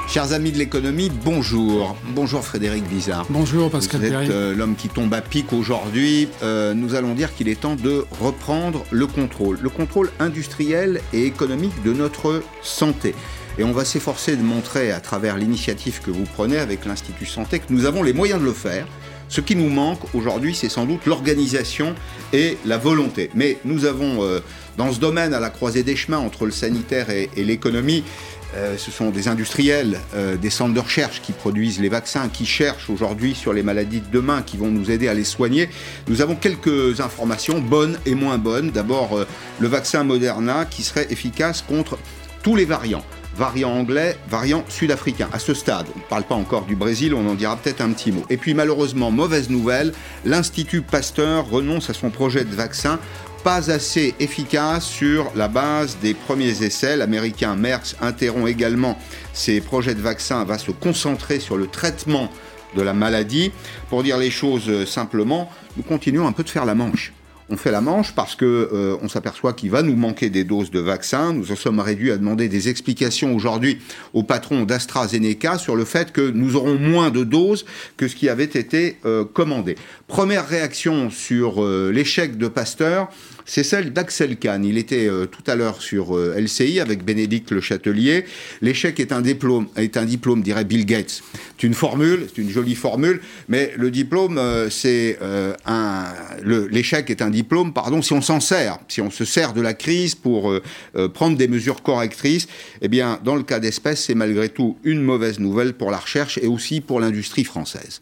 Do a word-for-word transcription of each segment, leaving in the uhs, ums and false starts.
Chers amis de l'économie, bonjour. Bonjour Frédéric Bizard. Bonjour Pascal Perry. Vous êtes euh, l'homme qui tombe à pic aujourd'hui. Euh, nous allons dire qu'il est temps de reprendre le contrôle. Le contrôle industriel et économique de notre santé. Et on va s'efforcer de montrer à travers l'initiative que vous prenez avec l'Institut Santé que nous avons les moyens de le faire. Ce qui nous manque aujourd'hui, c'est sans doute l'organisation et la volonté. Mais nous avons, euh, dans ce domaine, à la croisée des chemins entre le sanitaire et, et l'économie, Euh, ce sont des industriels, euh, des centres de recherche qui produisent les vaccins, qui cherchent aujourd'hui sur les maladies de demain, qui vont nous aider à les soigner. Nous avons quelques informations bonnes et moins bonnes. D'abord, euh, le vaccin Moderna qui serait efficace contre tous les variants. Variant anglais, variant sud-africain. À ce stade, on ne parle pas encore du Brésil, on en dira peut-être un petit mot. Et puis malheureusement, mauvaise nouvelle, l'Institut Pasteur renonce à son projet de vaccin pas assez efficace sur la base des premiers essais. L'américain Merck interrompt également ses projets de vaccin, va se concentrer sur le traitement de la maladie. Pour dire les choses simplement, nous continuons un peu de faire la manche. On fait la manche parce que euh, on s'aperçoit qu'il va nous manquer des doses de vaccins. Nous en sommes réduits à demander des explications aujourd'hui au patron d'AstraZeneca sur le fait que nous aurons moins de doses que ce qui avait été euh, commandé. Première réaction sur euh, l'échec de Pasteur, c'est celle d'Axel Kahn. Il était euh, tout à l'heure sur euh, L C I avec Bénédicte Le Châtelier. L'échec est un diplôme, est un diplôme, dirait Bill Gates. C'est une formule, c'est une jolie formule, mais le diplôme, euh, c'est euh, un, le, l'échec est un diplôme, pardon, si on s'en sert, si on se sert de la crise pour euh, euh, prendre des mesures correctrices. Eh bien, dans le cas d'espèce, c'est malgré tout une mauvaise nouvelle pour la recherche et aussi pour l'industrie française.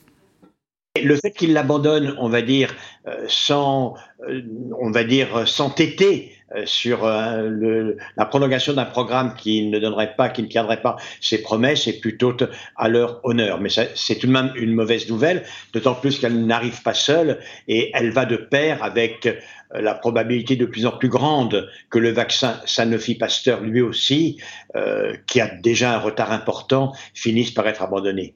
Le fait qu'il l'abandonne, on va dire, euh, sans, euh, on va dire, s'entêter euh, sur euh, le, la prolongation d'un programme qui ne donnerait pas, qui ne tiendrait pas ses promesses, est plutôt à leur honneur. Mais ça, c'est tout de même une mauvaise nouvelle, d'autant plus qu'elle n'arrive pas seule et elle va de pair avec euh, la probabilité de plus en plus grande que le vaccin Sanofi Pasteur, lui aussi, euh, qui a déjà un retard important, finisse par être abandonné.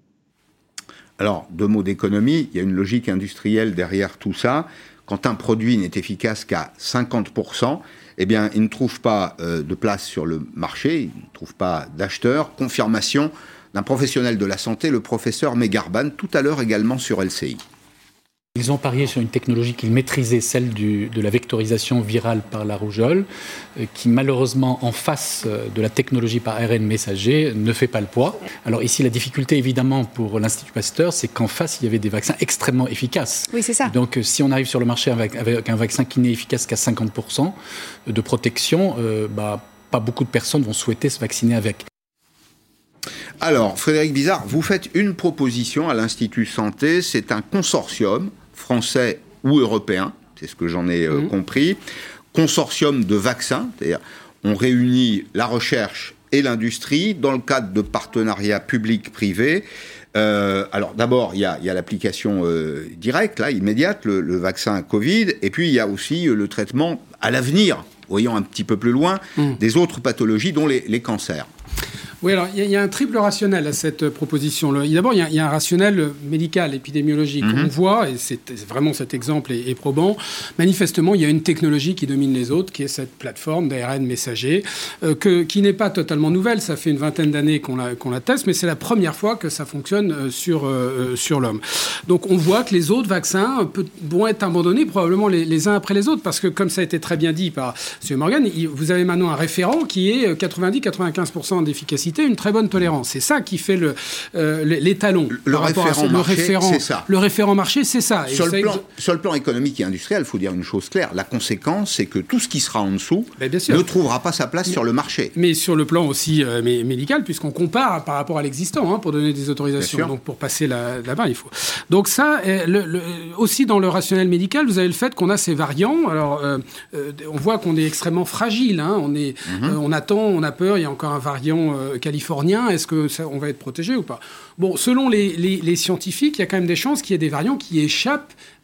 Alors, deux mots d'économie, il y a une logique industrielle derrière tout ça. Quand un produit n'est efficace qu'à cinquante pour cent, eh bien, il ne trouve pas euh, de place sur le marché, il ne trouve pas d'acheteurs. Confirmation d'un professionnel de la santé, le professeur Megarban, tout à l'heure également sur L C I. Ils ont parié sur une technologie qu'ils maîtrisaient, celle du, de la vectorisation virale par la rougeole, euh, qui malheureusement, en face de la technologie par A R N messager, ne fait pas le poids. Alors ici, la difficulté évidemment pour l'Institut Pasteur, c'est qu'en face, il y avait des vaccins extrêmement efficaces. Oui, c'est ça. Donc si on arrive sur le marché avec, avec un vaccin qui n'est efficace qu'à cinquante pour cent de protection, euh, bah, pas beaucoup de personnes vont souhaiter se vacciner avec. Alors, Frédéric Bizard, vous faites une proposition à l'Institut Santé, c'est un consortium français ou européen, c'est ce que j'en ai euh, mmh. compris, consortium de vaccins, c'est-à-dire on réunit la recherche et l'industrie dans le cadre de partenariats publics-privés. Euh, alors d'abord, il y a, il y a l'application euh, directe, là, immédiate, le, le vaccin Covid, et puis il y a aussi euh, le traitement à l'avenir, voyons un petit peu plus loin, mmh. des autres pathologies, dont les, les cancers. Oui, alors il y, y a un triple rationnel à cette proposition. D'abord, il y, y a un rationnel médical, épidémiologique. Mm-hmm. On voit, et c'est vraiment cet exemple est, est probant, manifestement, il y a une technologie qui domine les autres, qui est cette plateforme d'A R N messager, euh, que, qui n'est pas totalement nouvelle. Ça fait une vingtaine d'années qu'on la, qu'on la teste, mais c'est la première fois que ça fonctionne euh, sur, euh, sur l'homme. Donc on voit que les autres vaccins peut, vont être abandonnés probablement les, les uns après les autres, parce que comme ça a été très bien dit par M. Morgan, il, vous avez maintenant un référent qui est quatre-vingt-dix à quatre-vingt-quinze pour cent d'efficacité, une très bonne tolérance. C'est ça qui fait le, euh, l'étalon. Le, référent, le, marché, référent, c'est ça. le référent marché, c'est ça. Sur le, plan, ex... sur le plan économique et industriel, il faut dire une chose claire. La conséquence, c'est que tout ce qui sera en dessous ne trouvera pas sa place mais, sur le marché. Mais sur le plan aussi euh, médical, puisqu'on compare par rapport à l'existant, hein, pour donner des autorisations. Donc, pour passer là, là-bas, il faut. Donc, ça, euh, le, le, aussi dans le rationnel médical, vous avez le fait qu'on a ces variants. Alors, euh, euh, on voit qu'on est extrêmement fragile. Hein, on, est, mm-hmm. euh, on attend, on a peur. Il y a encore un variant euh, californien. Est-ce que ça, on va être protégé ou pas ? Bon, selon les, les, les scientifiques, il y a quand même des chances qu'il y ait des variants qui échappent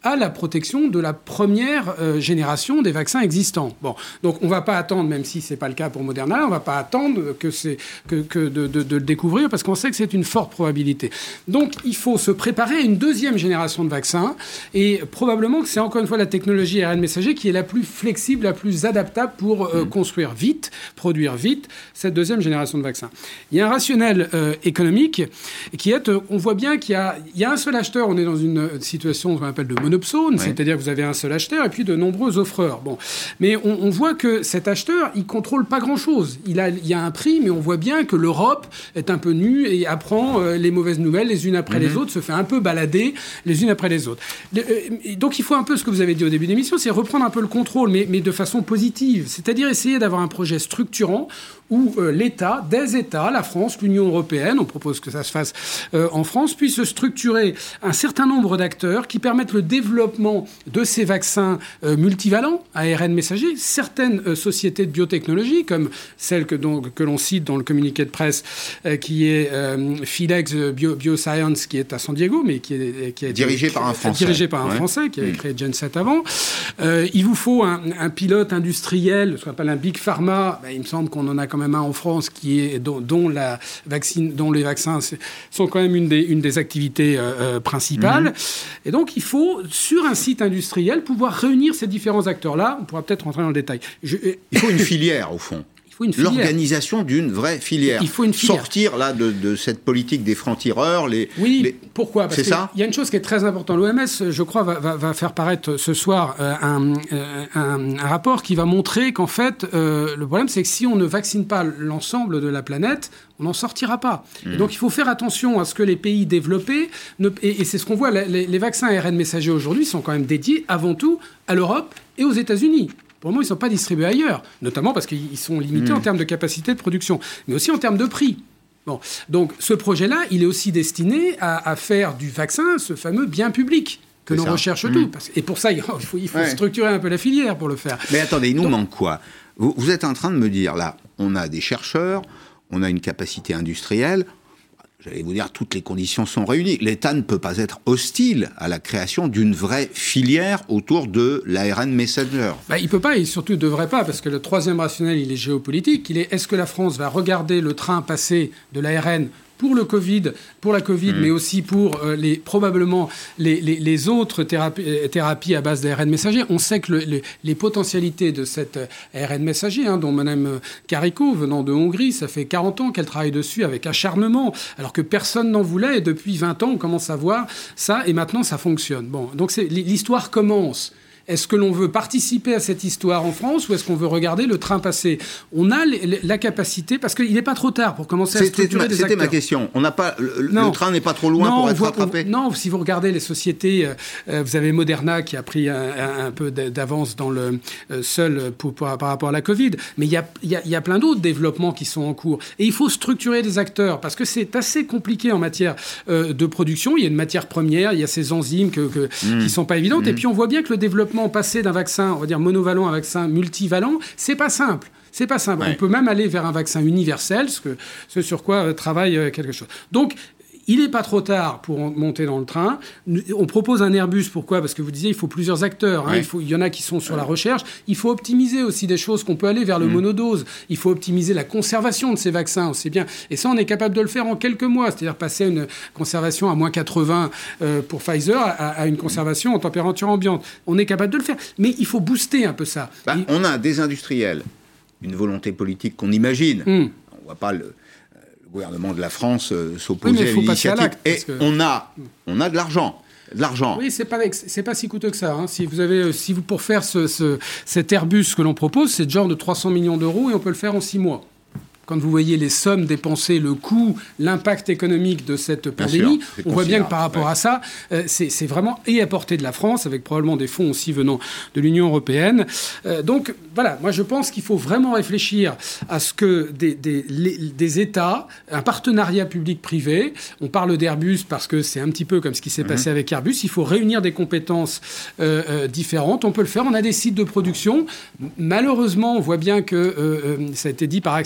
à la protection de la première euh, génération des vaccins existants. Bon, donc on ne va pas attendre, même si ce n'est pas le cas pour Moderna, on ne va pas attendre que c'est, que, que de, de, de le découvrir, parce qu'on sait que c'est une forte probabilité. Donc il faut se préparer à une deuxième génération de vaccins, et probablement que c'est encore une fois la technologie A R N messager qui est la plus flexible, la plus adaptable pour euh, mmh. construire vite, produire vite cette deuxième génération de vaccins. Il y a un rationnel euh, économique qui est, euh, on voit bien qu'il y a, il y a un seul acheteur, on est dans une situation qu'on appelle de monopsone, ouais. c'est-à-dire que vous avez un seul acheteur et puis de nombreux offreurs. Bon. Mais on, on voit que cet acheteur, il ne contrôle pas grand-chose. Il, a, il y a un prix, mais on voit bien que l'Europe est un peu nue et apprend euh, les mauvaises nouvelles les unes après mmh. les autres, se fait un peu balader les unes après les autres. Le, euh, donc il faut un peu ce que vous avez dit au début de l'émission, c'est reprendre un peu le contrôle, mais, mais de façon positive. C'est-à-dire essayer d'avoir un projet structurant où euh, l'État, des États, la France, l'Union européenne, on propose que ça se fasse euh, en France, puisse structurer un certain nombre d'acteurs qui permettent le développement de ces vaccins euh, multivalents, A R N messager. Certaines euh, sociétés de biotechnologie, comme celle que, donc, que l'on cite dans le communiqué de presse, euh, qui est euh, Philex Bio, Bioscience, qui est à San Diego, mais qui est, qui est dirigé par un Français, dirigé par un ouais. Français qui avait mmh. créé Genset avant. Euh, il vous faut un, un pilote industriel, ce qu'on appelle un big pharma. Ben, il me semble qu'on en a quand même un en France qui est dont, dont la vaccine, dont les vaccins sont quand même une des une des activités euh, principales. Mmh. Et donc il faut sur un site industriel pouvoir réunir ces différents acteurs-là. On pourra peut-être rentrer dans le détail. Je, il faut une filière au fond. L'organisation d'une vraie filière. Il faut une filière. Sortir là de, de cette politique des francs-tireurs. Les, oui, les... pourquoi? Parce c'est ça. Il y a une chose qui est très importante. L'O M S, je crois, va, va, va faire paraître ce soir euh, un, euh, un, un rapport qui va montrer qu'en fait, euh, le problème, c'est que si on ne vaccine pas l'ensemble de la planète, on n'en sortira pas. Mmh. Et donc, il faut faire attention à ce que les pays développés... Ne, et, et c'est ce qu'on voit, les, les vaccins A R N messagers aujourd'hui sont quand même dédiés avant tout à l'Europe et aux États-Unis. Pour le moment, ils ne sont pas distribués ailleurs, notamment parce qu'ils sont limités mmh. en termes de capacité de production, mais aussi en termes de prix. Bon. Donc, ce projet-là, il est aussi destiné à, à faire du vaccin ce fameux bien public que l'on recherche mmh. tout. Parce, et pour ça, il faut, il faut ouais. structurer un peu la filière pour le faire. Mais attendez, il nous Donc, manque quoi? vous, vous êtes en train de me dire, là, on a des chercheurs, on a une capacité industrielle... J'allais vous dire, toutes les conditions sont réunies. L'État ne peut pas être hostile à la création d'une vraie filière autour de l'A R N messenger. Bah, il ne peut pas, et surtout ne devrait pas, parce que le troisième rationnel, il est géopolitique. Il est, est-ce que la France va regarder le train passer de l'A R N pour le Covid, pour la Covid, mmh. mais aussi pour euh, les, probablement les, les, les autres thérapies, thérapies à base d'A R N messager. On sait que le, le, les potentialités de cette A R N messager, hein, dont Mme Carico, venant de Hongrie, ça fait quarante ans qu'elle travaille dessus avec acharnement, alors que personne n'en voulait, et depuis vingt ans, on commence à voir ça, et maintenant, ça fonctionne. Bon, donc c'est, l'histoire commence. Est-ce que l'on veut participer à cette histoire en France ou est-ce qu'on veut regarder le train passer? On a les, la capacité, parce qu'il n'est pas trop tard pour commencer à structurer ma, des acteurs. C'était ma question. On n'a pas, le, le train n'est pas trop loin non, pour être voit, rattrapé. On, non, si vous regardez les sociétés, euh, vous avez Moderna qui a pris un, un, un peu d'avance dans le euh, seul pour, pour, par rapport à la Covid, mais il y a, y, a, y a plein d'autres développements qui sont en cours. Et il faut structurer des acteurs, parce que c'est assez compliqué en matière euh, de production. Il y a une matière première, il y a ces enzymes que, que, mmh. qui ne sont pas évidentes, mmh. et puis on voit bien que le développement passer d'un vaccin, on va dire monovalent à un vaccin multivalent, c'est pas simple. C'est pas simple. Ouais. On peut même aller vers un vaccin universel, ce, que, ce sur quoi euh, travaille euh, quelque chose. Donc, il n'est pas trop tard pour monter dans le train. On propose un Airbus, pourquoi? Parce que vous disiez, il faut plusieurs acteurs. Hein. Ouais. Il, faut, il y en a qui sont sur ouais. la recherche. Il faut optimiser aussi des choses qu'on peut aller vers le mmh. monodose. Il faut optimiser la conservation de ces vaccins, on sait bien. Et ça, on est capable de le faire en quelques mois. C'est-à-dire passer à une conservation à moins quatre-vingts euh, pour Pfizer à, à une conservation en température ambiante. On est capable de le faire. Mais il faut booster un peu ça. Bah, Et... On a des industriels, une volonté politique qu'on imagine. Mmh. On ne voit pas le... Le gouvernement de la France euh, s'opposer oui, à l'initiative. Et que... on, a, on a de l'argent. De l'argent. Oui, c'est pas, c'est pas si coûteux que ça. Hein. Si vous avez, si vous, pour faire ce, ce, cet Airbus que l'on propose, c'est de genre de trois cents millions d'euros et on peut le faire en six mois. Quand vous voyez les sommes dépensées, le coût, l'impact économique de cette pandémie, sûr, on voit bien que par rapport ouais. à ça, euh, c'est, c'est vraiment et à portée de la France, avec probablement des fonds aussi venant de l'Union européenne. Euh, donc voilà, moi je pense qu'il faut vraiment réfléchir à ce que des, des, les, des États, un partenariat public-privé, on parle d'Airbus parce que c'est un petit peu comme ce qui s'est mmh. passé avec Airbus, il faut réunir des compétences euh, euh, différentes, on peut le faire, on a des sites de production. Malheureusement, on voit bien que, euh, ça a été dit par Axel Kahn,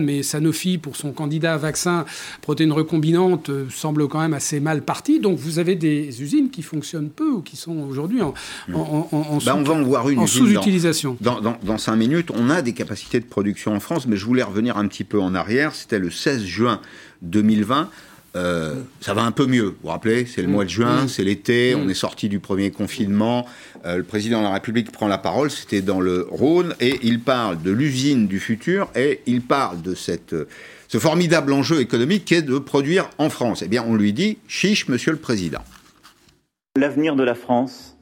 mais Sanofi, pour son candidat vaccin protéines recombinantes, euh, semble quand même assez mal parti. Donc vous avez des usines qui fonctionnent peu ou qui sont aujourd'hui en, en, en, en, bah, sous, on va en voir une en sous-utilisation. Dans, dans, dans cinq minutes, on a des capacités de production en France, mais je voulais revenir un petit peu en arrière. C'était le seize juin deux mille vingt. Euh, ça va un peu mieux, vous vous rappelez, c'est le mois de juin, c'est l'été, on est sorti du premier confinement, euh, le président de la République prend la parole, c'était dans le Rhône, et il parle de l'usine du futur, et il parle de cette, ce formidable enjeu économique qui est de produire en France. Eh bien, on lui dit, chiche, monsieur le président. L'avenir de la France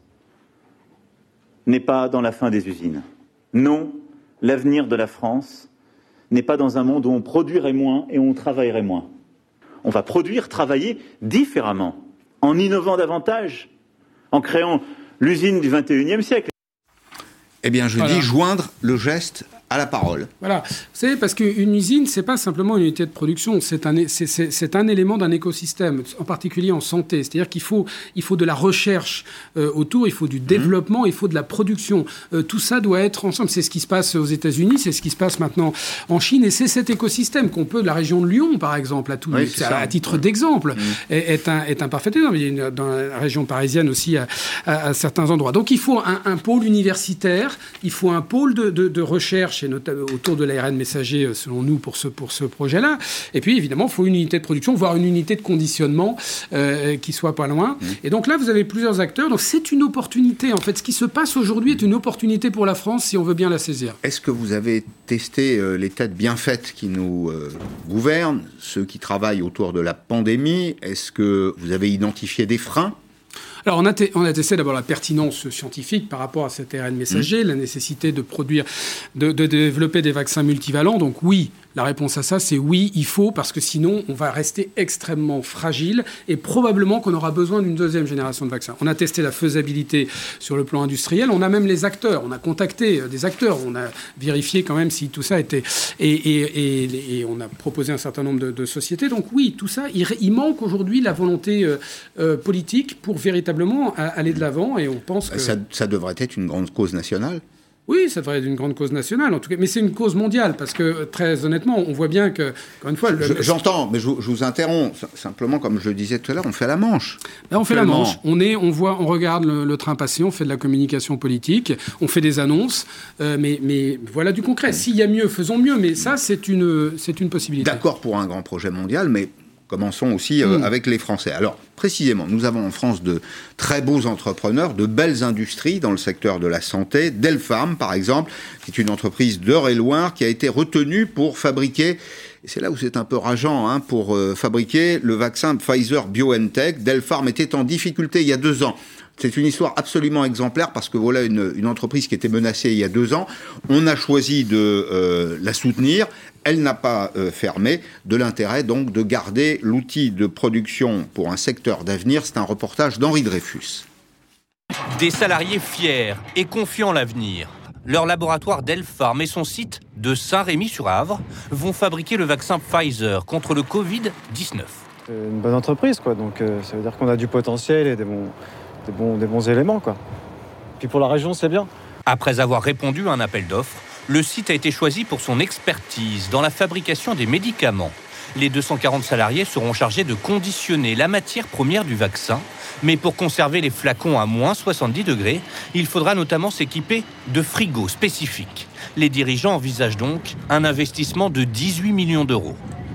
n'est pas dans la fin des usines. Non, l'avenir de la France n'est pas dans un monde où on produirait moins et où on travaillerait moins. On va produire, travailler différemment, en innovant davantage, en créant l'usine du vingt et unième siècle. Eh bien, je voilà. dis joindre le geste à la parole. Voilà. Vous savez, parce qu'une usine, c'est pas simplement une unité de production, c'est un, c'est, c'est, c'est un élément d'un écosystème, en particulier en santé. C'est-à-dire qu'il faut, il faut de la recherche euh, autour, il faut du développement, mmh. il faut de la production. Euh, tout ça doit être ensemble. C'est ce qui se passe aux États-Unis, c'est ce qui se passe maintenant en Chine, et c'est cet écosystème qu'on peut, de la région de Lyon, par exemple, à, tout, oui, à, à titre d'exemple, mmh. est, est, un, est un parfait exemple. Il y a une, dans la région parisienne aussi, à, à, à certains endroits. Donc il faut un, un pôle universitaire, il faut un pôle de, de, de recherche, et notamment autour de l'A R N messager, selon nous, pour ce, pour ce projet-là. Et puis, évidemment, il faut une unité de production, voire une unité de conditionnement euh, qui soit pas loin. Mmh. Et donc là, vous avez plusieurs acteurs. Donc c'est une opportunité. En fait, ce qui se passe aujourd'hui est une opportunité pour la France, si on veut bien la saisir. Est-ce que vous avez testé euh, les tas de bienfaits qui nous euh, gouvernent, ceux qui travaillent autour de la pandémie? Est-ce que vous avez identifié des freins? Alors, on a, t- on a testé d'abord la pertinence scientifique par rapport à cet A R N messager, mmh. la nécessité de produire, de, de, de développer des vaccins multivalents. Donc oui, la réponse à ça, c'est oui, il faut, parce que sinon, on va rester extrêmement fragile et probablement qu'on aura besoin d'une deuxième génération de vaccins. On a testé la faisabilité sur le plan industriel. On a même les acteurs. On a contacté des acteurs. On a vérifié quand même si tout ça était... Et, et, et, et on a proposé un certain nombre de, de sociétés. Donc oui, tout ça, il, il manque aujourd'hui la volonté euh, euh, politique pour véritablement aller de l'avant. Et on pense que... Ça, ça devrait être une grande cause nationale? Oui, ça devrait être une grande cause nationale, en tout cas. Mais c'est une cause mondiale, parce que, très honnêtement, on voit bien que, encore une fois... Le... Je, j'entends, mais je, je vous interromps. Simplement, comme je le disais tout à l'heure, on fait la manche. Ben, on fait la manche. On, est, on, voit, on regarde le, le train passer, on fait de la communication politique, on fait des annonces, euh, mais, mais voilà du concret. S'il y a mieux, faisons mieux. Mais ça, c'est une, c'est une possibilité. D'accord pour un grand projet mondial, mais... Commençons aussi euh, mmh. avec les Français. Alors, précisément, nous avons en France de très beaux entrepreneurs, de belles industries dans le secteur de la santé. Delpharm, par exemple, qui est une entreprise d'Eure-et-Loir qui a été retenue pour fabriquer, et c'est là où c'est un peu rageant, hein, pour euh, fabriquer le vaccin Pfizer-BioNTech. Delpharm était en difficulté il y a deux ans. C'est une histoire absolument exemplaire parce que voilà une, une entreprise qui était menacée il y a deux ans. On a choisi de euh, la soutenir. Elle n'a pas euh, fermé. De l'intérêt donc de garder l'outil de production pour un secteur d'avenir. C'est un reportage d'Henri Dreyfus. Des salariés fiers et confiants en l'avenir. Leur laboratoire Delpharm et son site de Saint-Rémy-sur-Avre vont fabriquer le vaccin Pfizer contre le covid dix-neuf. C'est une bonne entreprise, quoi. Donc euh, ça veut dire qu'on a du potentiel et des bons... Des bons, des bons éléments, quoi. Puis pour la région, c'est bien. Après avoir répondu à un appel d'offres, le site a été choisi pour son expertise dans la fabrication des médicaments. Les deux cent quarante salariés seront chargés de conditionner la matière première du vaccin. Mais pour conserver les flacons à moins soixante-dix degrés, il faudra notamment s'équiper de frigos spécifiques. Les dirigeants envisagent donc un investissement de dix-huit millions d'euros.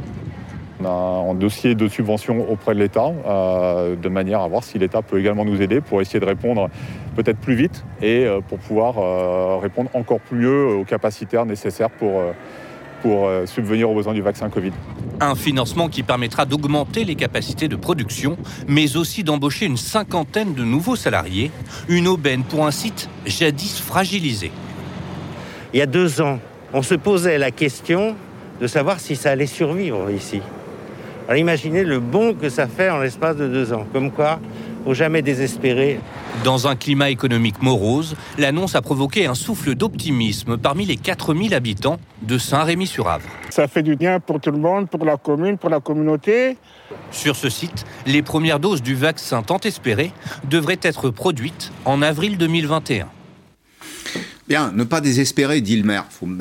On a un dossier de subvention auprès de l'État, euh, de manière à voir si l'État peut également nous aider pour essayer de répondre peut-être plus vite et euh, pour pouvoir euh, répondre encore plus mieux aux capacitaires nécessaires pour, euh, pour euh, subvenir aux besoins du vaccin Covid. Un financement qui permettra d'augmenter les capacités de production, mais aussi d'embaucher une cinquantaine de nouveaux salariés, une aubaine pour un site jadis fragilisé. Il y a deux ans, on se posait la question de savoir si ça allait survivre ici. Alors imaginez le bond que ça fait en l'espace de deux ans. Comme quoi, faut jamais désespérer. Dans un climat économique morose, l'annonce a provoqué un souffle d'optimisme parmi les quatre mille habitants de Saint-Rémy-sur-Avre. Ça fait du bien pour tout le monde, pour la commune, pour la communauté. Sur ce site, les premières doses du vaccin tant espéré devraient être produites en avril deux mille vingt et un. Bien, ne pas désespérer, dit le maire. Il faut même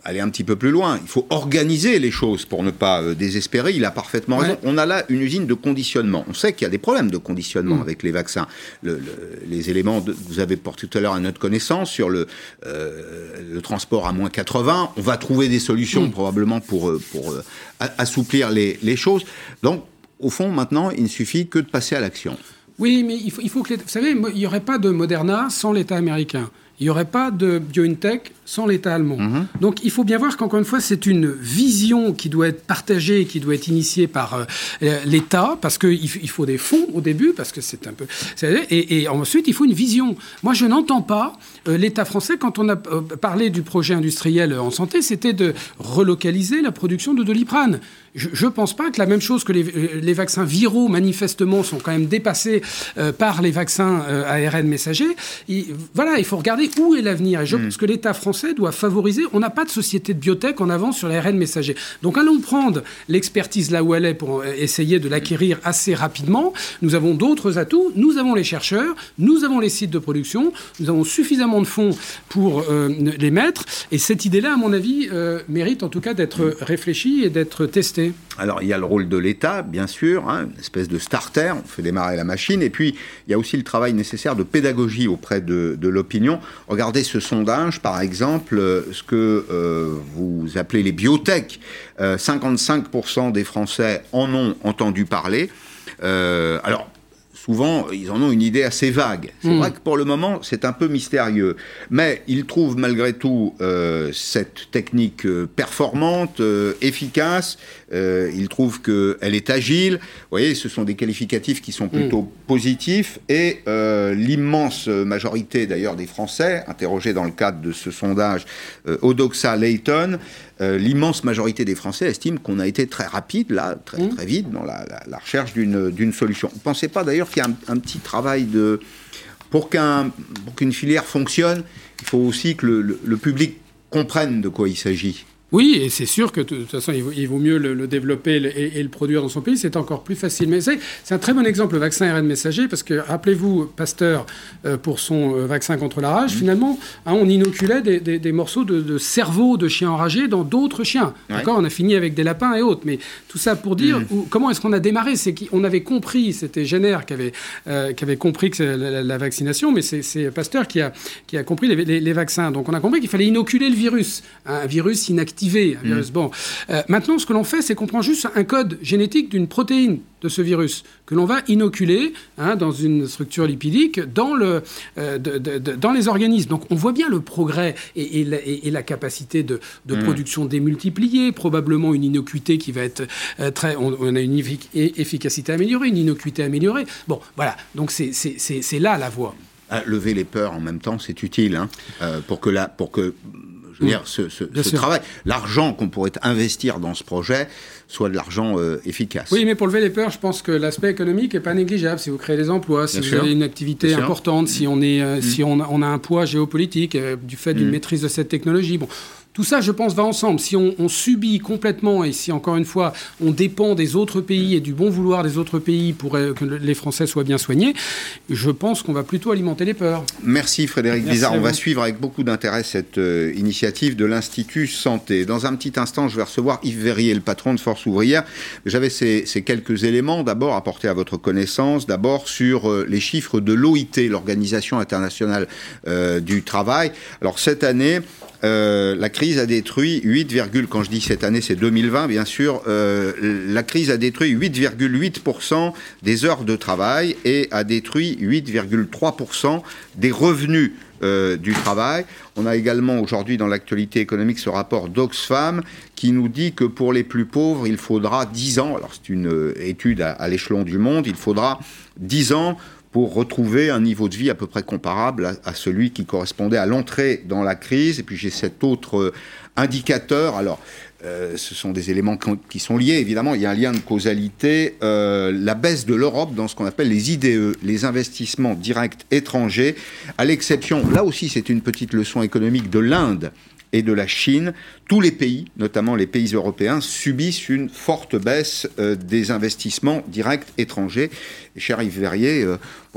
aller un petit peu plus loin. Il faut organiser les choses pour ne pas euh, désespérer. Il a parfaitement raison. Ouais. On a là une usine de conditionnement. On sait qu'il y a des problèmes de conditionnement mmh. avec les vaccins. Le, le, les éléments que vous avez portés tout à l'heure à notre connaissance sur le, euh, le transport à moins quatre-vingts, on va trouver des solutions mmh. probablement pour, pour euh, assouplir les, les choses. Donc, au fond, maintenant, il ne suffit que de passer à l'action. Oui, mais il faut, il faut que... Vous savez, il n'y aurait pas de Moderna sans l'État américain. Il n'y aurait pas de BioNTech sans l'État allemand. Mmh. Donc il faut bien voir qu'encore une fois, c'est une vision qui doit être partagée, qui doit être initiée par euh, l'État, parce qu'il il faut des fonds au début, parce que c'est un peu... Et, et ensuite, il faut une vision. Moi, je n'entends pas euh, l'État français, quand on a euh, parlé du projet industriel en santé, c'était de relocaliser la production de Doliprane. Je ne pense pas que la même chose que les, les vaccins viraux, manifestement, sont quand même dépassés euh, par les vaccins euh, A R N messagers. Et, voilà, il faut regarder où est l'avenir. Et je mmh. pense que l'État français doit favoriser... On n'a pas de société de biotech en avance sur l'A R N messager. Donc allons prendre l'expertise là où elle est pour essayer de l'acquérir assez rapidement. Nous avons d'autres atouts. Nous avons les chercheurs. Nous avons les sites de production. Nous avons suffisamment de fonds pour euh, les mettre. Et cette idée-là, à mon avis, euh, mérite en tout cas d'être réfléchie et d'être testée. Alors, il y a le rôle de l'État, bien sûr, hein, une espèce de starter, on fait démarrer la machine, et puis il y a aussi le travail nécessaire de pédagogie auprès de, de l'opinion. Regardez ce sondage, par exemple, ce que euh, vous appelez les biotech. Euh, cinquante-cinq pour cent des Français en ont entendu parler. Euh, alors, souvent, ils en ont une idée assez vague. C'est mmh. vrai que pour le moment, c'est un peu mystérieux. Mais ils trouvent malgré tout euh, cette technique euh, performante, euh, efficace. Euh, ils trouvent qu'elle est agile. Vous voyez, ce sont des qualificatifs qui sont plutôt mmh. positifs. Et euh, l'immense majorité, d'ailleurs, des Français, interrogés dans le cadre de ce sondage euh, Odoxa Layton, Euh, l'immense majorité des Français estiment qu'on a été très rapide, là, très, mmh. très vite, dans la, la, la recherche d'une, d'une solution. Vous ne pensez pas d'ailleurs qu'il y a un, un petit travail de... Pour, qu'un, pour qu'une filière fonctionne, il faut aussi que le, le, le public comprenne de quoi il s'agit. Oui, et c'est sûr que de toute façon, il vaut, il vaut mieux le, le développer et, et le produire dans son pays, c'est encore plus facile. Mais c'est, c'est un très bon exemple, le vaccin A R N messager, parce que, rappelez-vous, Pasteur, euh, pour son euh, vaccin contre la rage, mmh. finalement, hein, on inoculait des, des, des morceaux de, de cerveau de chiens enragés dans d'autres chiens. Ouais. D'accord, on a fini avec des lapins et autres. Mais tout ça pour dire, mmh. où, comment est-ce qu'on a démarré ? C'est qu'on avait compris, c'était Jenner qui avait, euh, qui avait compris que c'est la, la vaccination, mais c'est, c'est Pasteur qui a, qui a compris les, les, les vaccins. Donc on a compris qu'il fallait inoculer le virus, hein, un virus inactif. Un virus. Mmh. Bon. Euh, maintenant, ce que l'on fait, c'est qu'on prend juste un code génétique d'une protéine de ce virus que l'on va inoculer hein, dans une structure lipidique dans, le, euh, de, de, de, dans les organismes. Donc, on voit bien le progrès et, et, la, et, et la capacité de, de mmh. production démultipliée, probablement une innocuité qui va être euh, très... On, on a une effic- efficacité améliorée, une innocuité améliorée. Bon, voilà. Donc, c'est, c'est, c'est, c'est là la voie. Ah, lever les peurs en même temps, c'est utile hein, euh, pour que... La, pour que Je veux dire, ce, ce, ce travail, l'argent qu'on pourrait investir dans ce projet soit de l'argent euh, efficace. Oui, mais pour lever les peurs, je pense que l'aspect économique n'est pas négligeable. Si vous créez des emplois, si Bien vous sûr. avez une activité Bien importante, sûr. si, on, est, euh, mmh. si on, a, on a un poids géopolitique euh, du fait d'une mmh. maîtrise de cette technologie, bon... Tout ça, je pense, va ensemble. Si on, on subit complètement et si, encore une fois, on dépend des autres pays et du bon vouloir des autres pays pour euh, que les Français soient bien soignés, je pense qu'on va plutôt alimenter les peurs. Merci Frédéric Merci Bizard. On va suivre avec beaucoup d'intérêt cette euh, initiative de l'Institut Santé. Dans un petit instant, je vais recevoir Yves Verrier, le patron de Force Ouvrière. J'avais ces, ces quelques éléments, d'abord, à porter à votre connaissance. D'abord, sur euh, les chiffres de l'O I T, l'Organisation internationale euh, du travail. Alors, cette année... Euh, la crise a détruit huit, quand je dis cette année, c'est deux mille vingt, bien sûr, euh, la crise a détruit huit virgule huit pour cent des heures de travail et a détruit huit virgule trois pour cent des revenus euh, du travail. On a également aujourd'hui dans l'actualité économique ce rapport d'Oxfam qui nous dit que pour les plus pauvres, il faudra dix ans, alors c'est une étude à, à l'échelon du monde, il faudra dix ans pour retrouver un niveau de vie à peu près comparable à, à celui qui correspondait à l'entrée dans la crise. Et puis j'ai cet autre euh, indicateur. Alors, euh, ce sont des éléments qui sont liés, évidemment. Il y a un lien de causalité. Euh, la baisse de l'Europe dans ce qu'on appelle les I D E, les investissements directs étrangers, à l'exception, là aussi c'est une petite leçon économique, de l'Inde et de la Chine. Tous les pays, notamment les pays européens, subissent une forte baisse euh, des investissements directs étrangers. Et cher Yves Verrier, euh,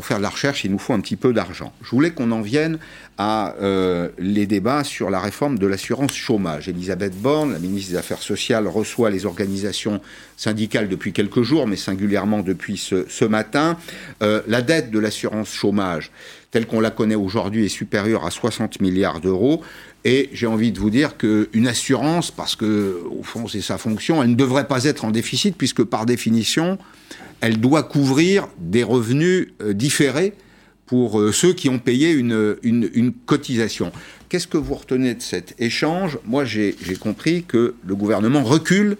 pour faire de la recherche, il nous faut un petit peu d'argent. Je voulais qu'on en vienne à euh, les débats sur la réforme de l'assurance chômage. Elisabeth Borne, la ministre des Affaires sociales, reçoit les organisations syndicales depuis quelques jours, mais singulièrement depuis ce, ce matin. Euh, la dette de l'assurance chômage, telle qu'on la connaît aujourd'hui, est supérieure à soixante milliards d'euros. Et j'ai envie de vous dire qu'une assurance, parce que au fond c'est sa fonction, elle ne devrait pas être en déficit, puisque par définition, elle doit couvrir des revenus euh, différés pour euh, ceux qui ont payé une, une, une cotisation. Qu'est-ce que vous retenez de cet échange ? Moi, j'ai, j'ai compris que le gouvernement recule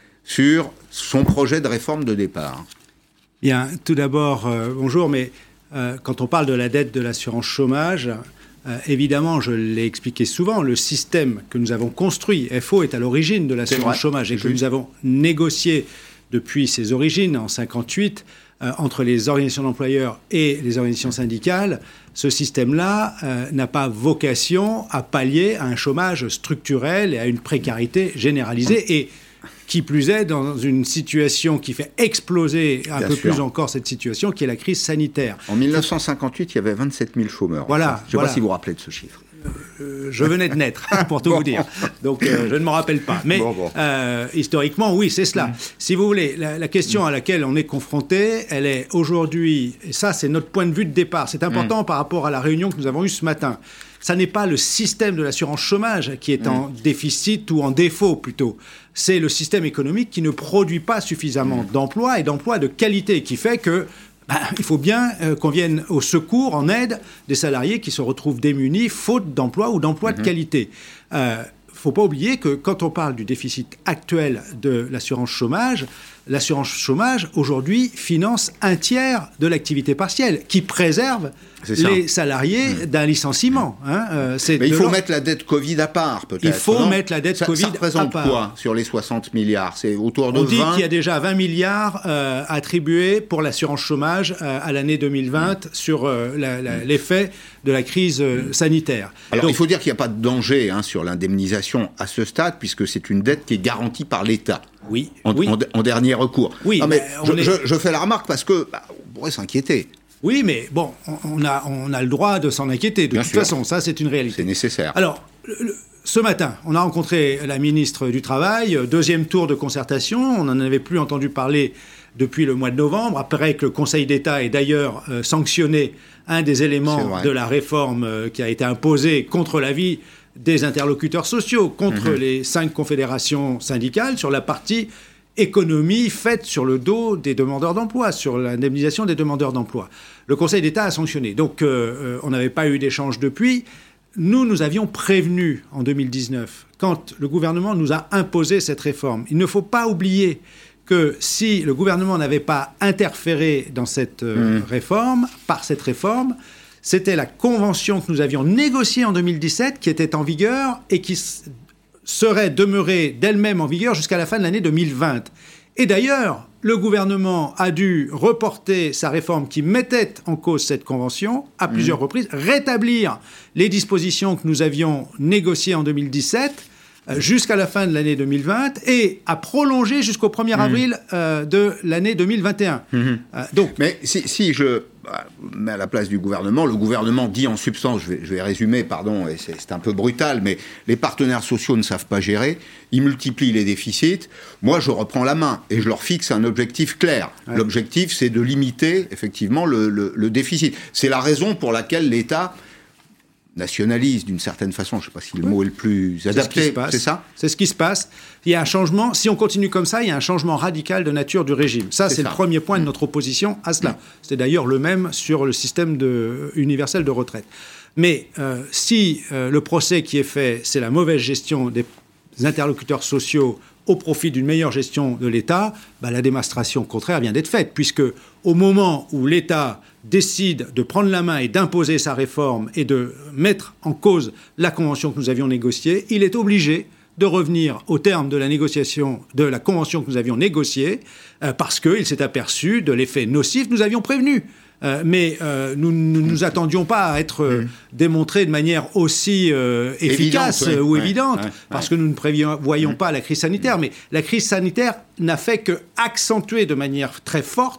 sur son projet de réforme de départ. Bien, tout d'abord, euh, bonjour, mais euh, quand on parle de la dette de l'assurance chômage, euh, évidemment, je l'ai expliqué souvent, le système que nous avons construit, F O, est à l'origine de l'assurance chômage et que nous avons négocié depuis ses origines, en cinquante-huit, euh, entre les organisations d'employeurs et les organisations syndicales. Ce système-là euh, n'a pas vocation à pallier à un chômage structurel et à une précarité généralisée. Et qui plus est, dans une situation qui fait exploser un Bien peu sûr. plus encore cette situation, qui est la crise sanitaire. En mille neuf cent cinquante-huit, il y avait vingt-sept mille chômeurs. Voilà. Je ne sais voilà. pas si vous vous rappelez de ce chiffre. Euh, je venais de naître, pour tout bon. vous dire. Donc, euh, je ne m'en rappelle pas. Mais bon, bon. Euh, historiquement, oui, c'est cela. Mmh. Si vous voulez, la, la question mmh. à laquelle on est confronté, elle est aujourd'hui, et ça, c'est notre point de vue de départ. C'est important mmh. par rapport à la réunion que nous avons eue ce matin. Ça n'est pas le système de l'assurance chômage qui est mmh. en déficit ou en défaut, plutôt. C'est le système économique qui ne produit pas suffisamment mmh. d'emplois et d'emplois de qualité, qui fait que Ben, il faut bien euh, qu'on vienne au secours, en aide des salariés qui se retrouvent démunis, faute d'emploi ou d'emploi mmh. de qualité. Il euh, ne faut pas oublier que quand on parle du déficit actuel de l'assurance chômage, l'assurance chômage, aujourd'hui, finance un tiers de l'activité partielle, qui préserve les salariés mmh. d'un licenciement. Hein, euh, c'est Mais il faut l'an... mettre la dette Covid à part, peut-être. Il faut non mettre la dette ça, Covid ça représente à part. Quoi sur les soixante milliards ? C'est autour de On vingt. dit qu'il y a déjà vingt milliards euh, attribués pour l'assurance chômage euh, à l'année deux mille vingt mmh. sur euh, la, la, l'effet de la crise euh, sanitaire. Alors, Donc, il faut dire qu'il n'y a pas de danger hein, sur l'indemnisation à ce stade, puisque c'est une dette qui est garantie par l'État. Oui, en, oui. en, en dernier recours. Oui, non, mais mais je, est... je, je fais la remarque parce que bah, on pourrait s'inquiéter. Oui, mais bon, on a, on a le droit de s'en inquiéter. De Bien toute sûr. façon, ça, c'est une réalité. C'est nécessaire. Alors, le, le, ce matin, on a rencontré la ministre du Travail, deuxième tour de concertation. On n'en avait plus entendu parler depuis le mois de novembre, après que le Conseil d'État ait d'ailleurs euh, sanctionné un des éléments de la réforme euh, qui a été imposée contre l'avis des interlocuteurs sociaux, contre mmh. les cinq confédérations syndicales, sur la partie économie faite sur le dos des demandeurs d'emploi, sur l'indemnisation des demandeurs d'emploi. Le Conseil d'État a sanctionné. Donc, euh, on n'avait pas eu d'échange depuis. Nous, nous avions prévenu en deux mille dix-neuf, quand le gouvernement nous a imposé cette réforme. Il ne faut pas oublier que si le gouvernement n'avait pas interféré dans cette euh, mmh. réforme, par cette réforme, c'était la convention que nous avions négociée en deux mille dix-sept qui était en vigueur et qui serait demeurée d'elle-même en vigueur jusqu'à la fin de l'année deux mille vingt. Et d'ailleurs, le gouvernement a dû reporter sa réforme qui mettait en cause cette convention à plusieurs mmh. reprises, rétablir les dispositions que nous avions négociées en deux mille dix-sept euh, jusqu'à la fin de l'année deux mille vingt et à prolonger jusqu'au premier mmh. avril euh, de l'année deux mille vingt et un. Mmh. Euh, donc, Mais si, si je mets à la place du gouvernement, le gouvernement dit en substance, je vais, je vais résumer, pardon, et c'est, c'est un peu brutal, mais les partenaires sociaux ne savent pas gérer, ils multiplient les déficits. Moi, je reprends la main et je leur fixe un objectif clair. Ouais. L'objectif, c'est de limiter, effectivement, le, le, le déficit. C'est la raison pour laquelle l'État nationalise d'une certaine façon, je ne sais pas si le oui. mot est le plus adapté, c'est, c'est ça ? C'est ce qui se passe. Il y a un changement, si on continue comme ça, il y a un changement radical de nature du régime. Ça, c'est, c'est ça. le premier point de notre opposition à cela. Mmh. C'est d'ailleurs le même sur le système de, universel de retraite. Mais euh, si euh, le procès qui est fait, c'est la mauvaise gestion des interlocuteurs sociaux au profit d'une meilleure gestion de l'État, bah, la démonstration contraire vient d'être faite, puisque au moment où l'État décide de prendre la main et d'imposer sa réforme et de mettre en cause la convention que nous avions négociée, il est obligé de revenir au terme de la négociation de la convention que nous avions négociée, euh, parce qu'il s'est aperçu de l'effet nocif. Nous avions prévenu. Euh, mais euh, nous ne nous attendions pas à être euh, mmh. démontrés de manière aussi euh, efficace évidente, ouais. ou évidente, ouais, ouais, parce ouais. que nous ne prévoyons mmh. pas la crise sanitaire. Mais la crise sanitaire n'a fait qu'accentuer de manière très forte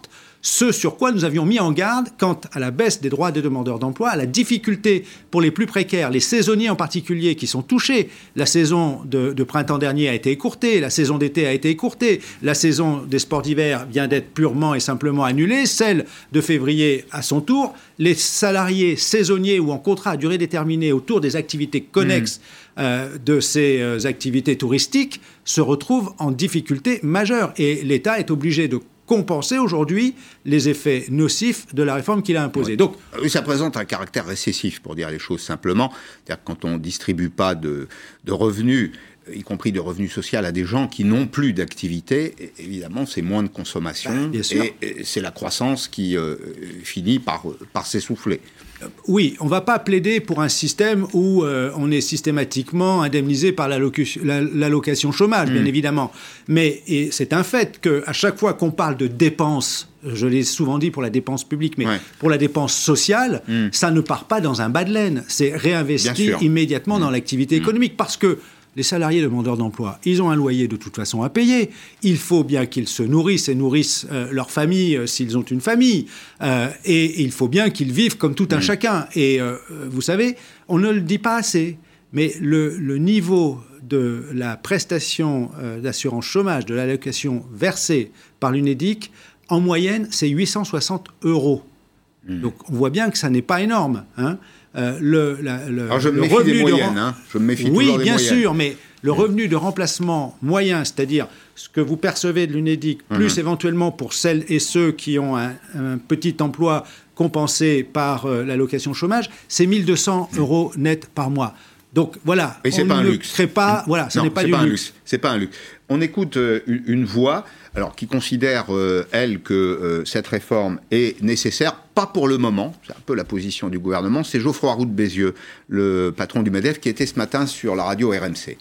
ce sur quoi nous avions mis en garde quant à la baisse des droits des demandeurs d'emploi, à la difficulté pour les plus précaires, les saisonniers en particulier qui sont touchés. La saison de, de printemps dernier a été écourtée, la saison d'été a été écourtée, la saison des sports d'hiver vient d'être purement et simplement annulée, celle de février à son tour. Les salariés saisonniers ou en contrat à durée déterminée autour des activités connexes mmh. euh, de ces euh, activités touristiques se retrouvent en difficulté majeure. Et l'État est obligé de compenser aujourd'hui les effets nocifs de la réforme qu'il a imposée. Ouais. Donc, ça présente un caractère récessif, pour dire les choses simplement. C'est-à-dire que quand on ne distribue pas de, de revenus, y compris de revenus sociaux, à des gens qui n'ont plus d'activité, évidemment, c'est moins de consommation, bien sûr. Et, et c'est la croissance qui euh, finit par, par s'essouffler. Oui, on ne va pas plaider pour un système où euh, on est systématiquement indemnisé par l'allocation, l'allocation chômage, mmh. bien évidemment. Mais et c'est un fait qu'à chaque fois qu'on parle de dépenses, je l'ai souvent dit pour la dépense publique, mais ouais. pour la dépense sociale, mmh. ça ne part pas dans un bas de laine. C'est réinvesti immédiatement mmh. dans l'activité économique. Mmh. Parce que les salariés demandeurs d'emploi, ils ont un loyer de toute façon à payer. Il faut bien qu'ils se nourrissent et nourrissent euh, leur famille euh, s'ils ont une famille. Euh, et il faut bien qu'ils vivent comme tout un mmh. chacun. Et euh, vous savez, on ne le dit pas assez, mais le, le niveau de la prestation euh, d'assurance chômage, de l'allocation versée par l'UNEDIC, en moyenne, c'est huit cent soixante euros. Mmh. Donc on voit bien que ça n'est pas énorme, hein. Euh, le, la, le, Alors je me le méfie revenu des de moyennes, hein. Je me méfie oui, toujours des bien moyennes. sûr, mais le revenu de remplacement moyen, c'est-à-dire ce que vous percevez de l'UNEDIC, plus mmh. éventuellement pour celles et ceux qui ont un, un petit emploi compensé par euh, l'allocation chômage, c'est mille deux cents euros net par mois. Donc voilà, et c'est on pas ne un luxe. crée pas, voilà, ce non, n'est pas c'est du pas luxe. Un luxe. C'est pas un luxe. On écoute euh, une, une voix, alors qui considère euh, elle que euh, cette réforme est nécessaire, pas pour le moment. C'est un peu la position du gouvernement. C'est Geoffroy Roux de Bézieux, le patron du MEDEF, qui était ce matin sur la radio R M C.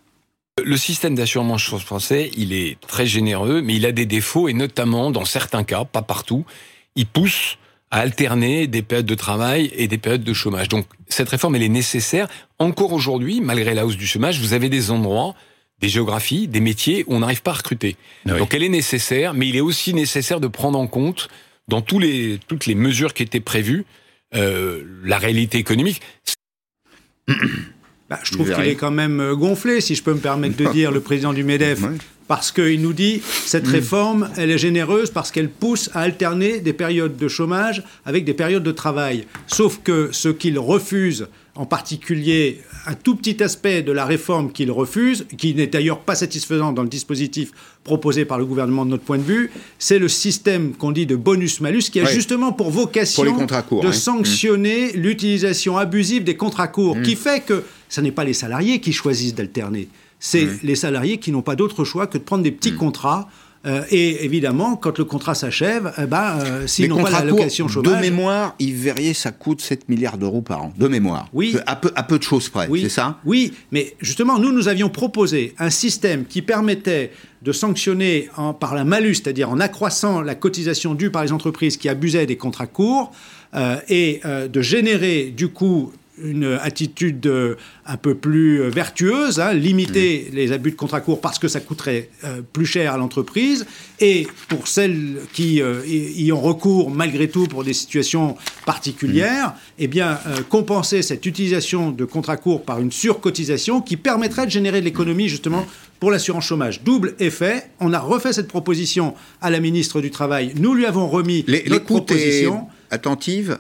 Le système d'assurance français, il est très généreux, mais il a des défauts et notamment dans certains cas, pas partout, il pousse à alterner des périodes de travail et des périodes de chômage. Donc cette réforme, elle est nécessaire. Encore aujourd'hui, malgré la hausse du chômage, vous avez des endroits, des géographies, des métiers où on n'arrive pas à recruter. Oui. Donc elle est nécessaire, mais il est aussi nécessaire de prendre en compte, dans tous les, toutes les mesures qui étaient prévues, euh, la réalité économique. Bah, je trouve qu'il est quand même gonflé, si je peux me permettre de dire, le président du MEDEF. Oui. Parce qu'il nous dit, cette réforme, elle est généreuse parce qu'elle pousse à alterner des périodes de chômage avec des périodes de travail. Sauf que ce qu'il refuse, en particulier un tout petit aspect de la réforme qu'il refuse, qui n'est d'ailleurs pas satisfaisant dans le dispositif proposé par le gouvernement de notre point de vue, c'est le système qu'on dit de bonus-malus, qui a oui. justement pour vocation pour courts, de hein. sanctionner mmh. l'utilisation abusive des contrats courts, mmh. qui fait que ce n'est pas les salariés qui choisissent d'alterner. C'est mmh. les salariés qui n'ont pas d'autre choix que de prendre des petits mmh. contrats. Euh, et évidemment, quand le contrat s'achève, eh ben, euh, s'ils n'ont pas l'allocation chômage... De mémoire, Yves Verrier, ça coûte sept milliards d'euros par an. De mémoire. Oui. À peu, à peu de choses près, oui. c'est ça ? Oui, mais justement, nous, nous avions proposé un système qui permettait de sanctionner en, par la malus, c'est-à-dire en accroissant la cotisation due par les entreprises qui abusaient des contrats courts, euh, et euh, de générer, du coup, une attitude euh, un peu plus euh, vertueuse, hein, limiter mmh. les abus de contrats courts parce que ça coûterait euh, plus cher à l'entreprise, et pour celles qui euh, y ont recours malgré tout pour des situations particulières, mmh. eh bien euh, compenser cette utilisation de contrats courts par une surcotisation qui permettrait de générer de l'économie justement pour l'assurance chômage. Double effet, on a refait cette proposition à la ministre du Travail, nous lui avons remis les, notre proposition. Attentive.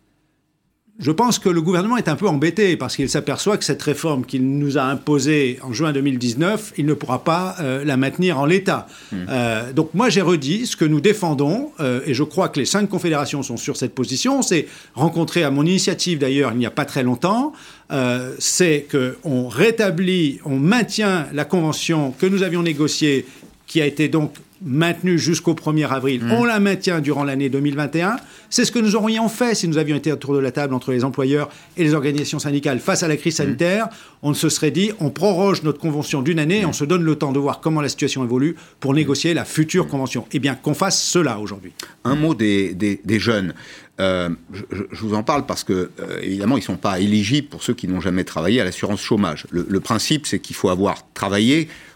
Je pense que le gouvernement est un peu embêté parce qu'il s'aperçoit que cette réforme qu'il nous a imposée en juin deux mille dix-neuf, il ne pourra pas euh, la maintenir en l'état. Mmh. Euh, donc moi j'ai redit ce que nous défendons, euh, et je crois que les cinq confédérations sont sur cette position. On s'est rencontrés à mon initiative d'ailleurs il n'y a pas très longtemps. Euh, c'est qu'on rétablit, on maintient la convention que nous avions négociée, qui a été donc maintenue jusqu'au premier avril. Mmh. On la maintient durant l'année deux mille vingt et un. C'est ce que nous aurions fait si nous avions été autour de la table entre les employeurs et les organisations syndicales face à la crise sanitaire. Mmh. On se serait dit, on proroge notre convention d'une année, mmh. et on se donne le temps de voir comment la situation évolue pour négocier la future mmh. convention. Eh bien, qu'on fasse cela aujourd'hui. Un mot des, des, des jeunes. Euh, je, je vous en parle parce que, euh, évidemment, ils ne sont pas éligibles pour ceux qui n'ont jamais travaillé à l'assurance chômage. Le, le principe, c'est qu'il faut avoir travaillé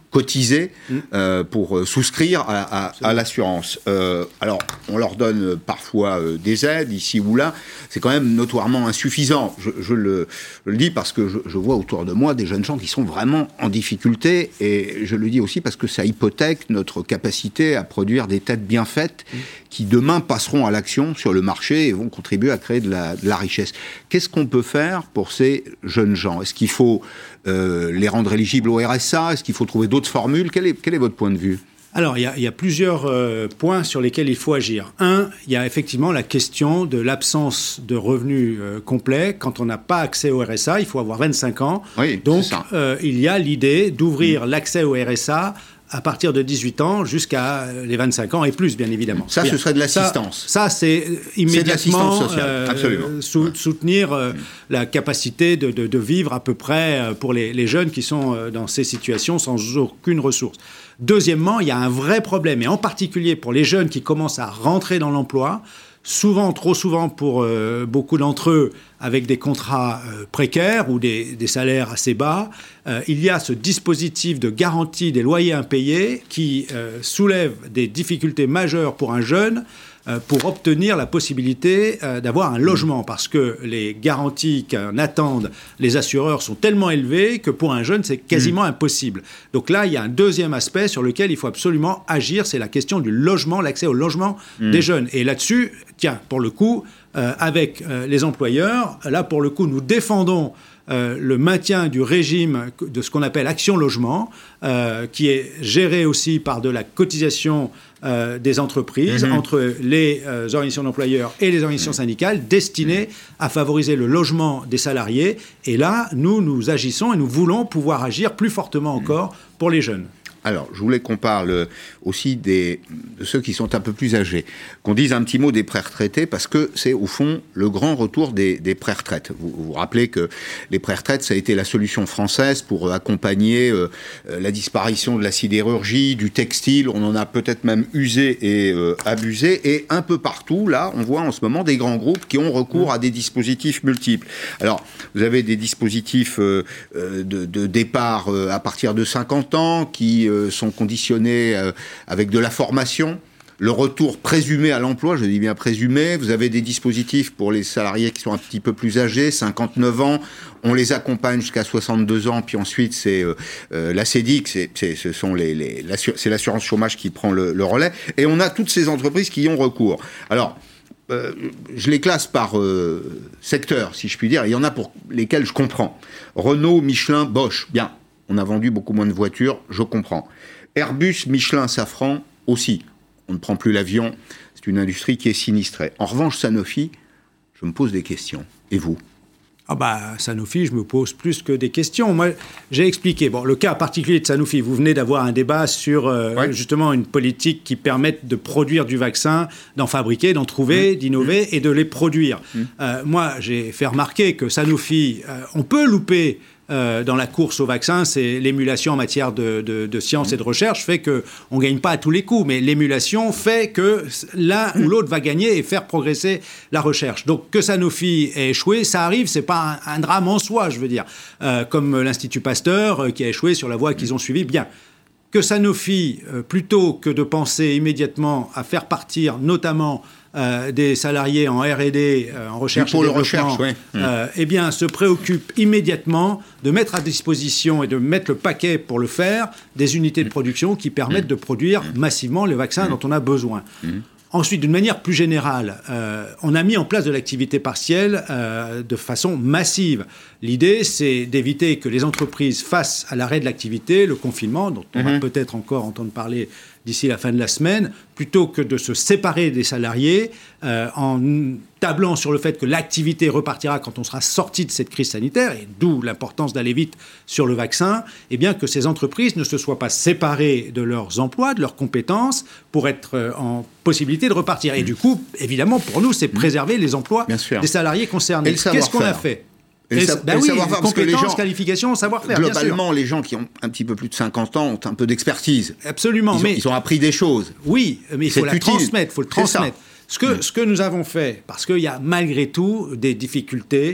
cotiser euh, pour souscrire à, à, à l'assurance. Euh, alors, on leur donne parfois euh, des aides ici ou là. C'est quand même notoirement insuffisant. Je, je, le, je le dis parce que je, je vois autour de moi des jeunes gens qui sont vraiment en difficulté, et je le dis aussi parce que ça hypothèque notre capacité à produire des têtes bien faites qui demain passeront à l'action sur le marché et vont contribuer à créer de la, de la richesse. Qu'est-ce qu'on peut faire pour ces jeunes gens ? Est-ce qu'il faut euh, les rendre éligibles au R S A ? Est-ce qu'il faut trouver d'autres formules ? Quel est, quel est votre point de vue ? Alors, il y a, il y a plusieurs euh, points sur lesquels il faut agir. Un, il y a effectivement la question de l'absence de revenus euh, complets. Quand on n'a pas accès au R S A, il faut avoir vingt-cinq ans. Oui, donc, euh, il y a l'idée d'ouvrir mmh. l'accès au R S A à partir de dix-huit ans jusqu'à les vingt-cinq ans et plus, bien évidemment. Ça, bien. ce serait de l'assistance. Ça, ça c'est immédiatement c'est sociale. Absolument. Euh, sou- soutenir euh, mmh. la capacité de, de, de vivre à peu près euh, pour les, les jeunes qui sont euh, dans ces situations sans aucune ressource. Deuxièmement, il y a un vrai problème, et en particulier pour les jeunes qui commencent à rentrer dans l'emploi, souvent, trop souvent pour euh, beaucoup d'entre eux, avec des contrats euh, précaires ou des, des salaires assez bas, euh, il y a ce dispositif de garantie des loyers impayés qui euh, soulève des difficultés majeures pour un jeune euh, pour obtenir la possibilité euh, d'avoir un logement, parce que les garanties qu'en attendent les assureurs sont tellement élevées que pour un jeune, c'est quasiment mmh. impossible. Donc là, il y a un deuxième aspect sur lequel il faut absolument agir, c'est la question du logement, l'accès au logement mmh. des jeunes. Et là-dessus, tiens, pour le coup, euh, avec euh, les employeurs, là, pour le coup, nous défendons euh, le maintien du régime de ce qu'on appelle Action Logement, euh, qui est géré aussi par de la cotisation euh, des entreprises mmh. entre les euh, organisations d'employeurs et les organisations mmh. syndicales, destinées à favoriser le logement des salariés. Et là, nous, nous agissons et nous voulons pouvoir agir plus fortement encore mmh. pour les jeunes. Alors, je voulais qu'on parle aussi des, de ceux qui sont un peu plus âgés, qu'on dise un petit mot des pré-retraités, parce que c'est au fond le grand retour des, des pré-retraites. Vous, vous vous rappelez que les pré-retraites, ça a été la solution française pour accompagner euh, la disparition de la sidérurgie, du textile, on en a peut-être même usé et euh, abusé, et un peu partout, là, on voit en ce moment des grands groupes qui ont recours à des dispositifs multiples. Alors, vous avez des dispositifs euh, de, de départ euh, à partir de cinquante ans, qui euh, sont conditionnés euh, avec de la formation, le retour présumé à l'emploi, je dis bien présumé. Vous avez des dispositifs pour les salariés qui sont un petit peu plus âgés, cinquante-neuf ans, on les accompagne jusqu'à soixante-deux ans, puis ensuite c'est euh, euh, la CEDIC, c'est, c'est, ce sont les, les, c'est l'assurance chômage qui prend le, le relais, et on a toutes ces entreprises qui y ont recours. Alors, Euh, je les classe par euh, secteur, si je puis dire. Il y en a pour lesquels je comprends. Renault, Michelin, Bosch, bien. On a vendu beaucoup moins de voitures, je comprends. Airbus, Michelin, Safran, aussi. On ne prend plus l'avion. C'est une industrie qui est sinistrée. En revanche, Sanofi, je me pose des questions. Et vous ? Ah bah, Sanofi, je me pose plus que des questions. Moi, j'ai expliqué. Bon, le cas particulier de Sanofi, vous venez d'avoir un débat sur euh, ouais. justement une politique qui permette de produire du vaccin, d'en fabriquer, d'en trouver, mmh. d'innover mmh. et de les produire. Mmh. Euh, moi, j'ai fait remarquer que Sanofi, euh, on peut louper Euh, dans la course au vaccin, c'est l'émulation en matière de, de, de science et de recherche fait qu'on ne gagne pas à tous les coups, mais l'émulation fait que l'un ou l'autre va gagner et faire progresser la recherche. Donc que Sanofi ait échoué, ça arrive, c'est pas un, un drame en soi, je veux dire. Euh, comme l'Institut Pasteur euh, qui a échoué sur la voie qu'ils ont suivie, bien. Que Sanofi, euh, plutôt que de penser immédiatement à faire partir notamment Euh, des salariés en R et D, euh, en recherche et développement, recherche, ouais. euh, eh bien, se préoccupe immédiatement de mettre à disposition et de mettre le paquet pour le faire des unités de production qui permettent de produire massivement les vaccins dont on a besoin. Ensuite, d'une manière plus générale, euh, on a mis en place de l'activité partielle euh, de façon massive. L'idée, c'est d'éviter que les entreprises, face à l'arrêt de l'activité, le confinement, dont on mm-hmm. va peut-être encore entendre parler d'ici la fin de la semaine, plutôt que de se séparer des salariés euh, en tablant sur le fait que l'activité repartira quand on sera sorti de cette crise sanitaire, et d'où l'importance d'aller vite sur le vaccin, eh bien que ces entreprises ne se soient pas séparées de leurs emplois, de leurs compétences, pour être euh, en possibilité de repartir. Et mmh. du coup, évidemment, pour nous, c'est préserver les emplois des salariés concernés. Qu'est-ce qu'on a fait ? Et le, sa- bah et oui, savoir-faire, compétences, parce que les gens, qualifications, savoir-faire, globalement, bien sûr. les gens qui ont un petit peu plus de cinquante ans ont un peu d'expertise. Absolument. Ils, mais, ont, ils ont appris des choses. Oui, mais il faut la utile. transmettre, il faut le transmettre. Ce que, mmh. ce que nous avons fait, parce qu'il y a malgré tout des difficultés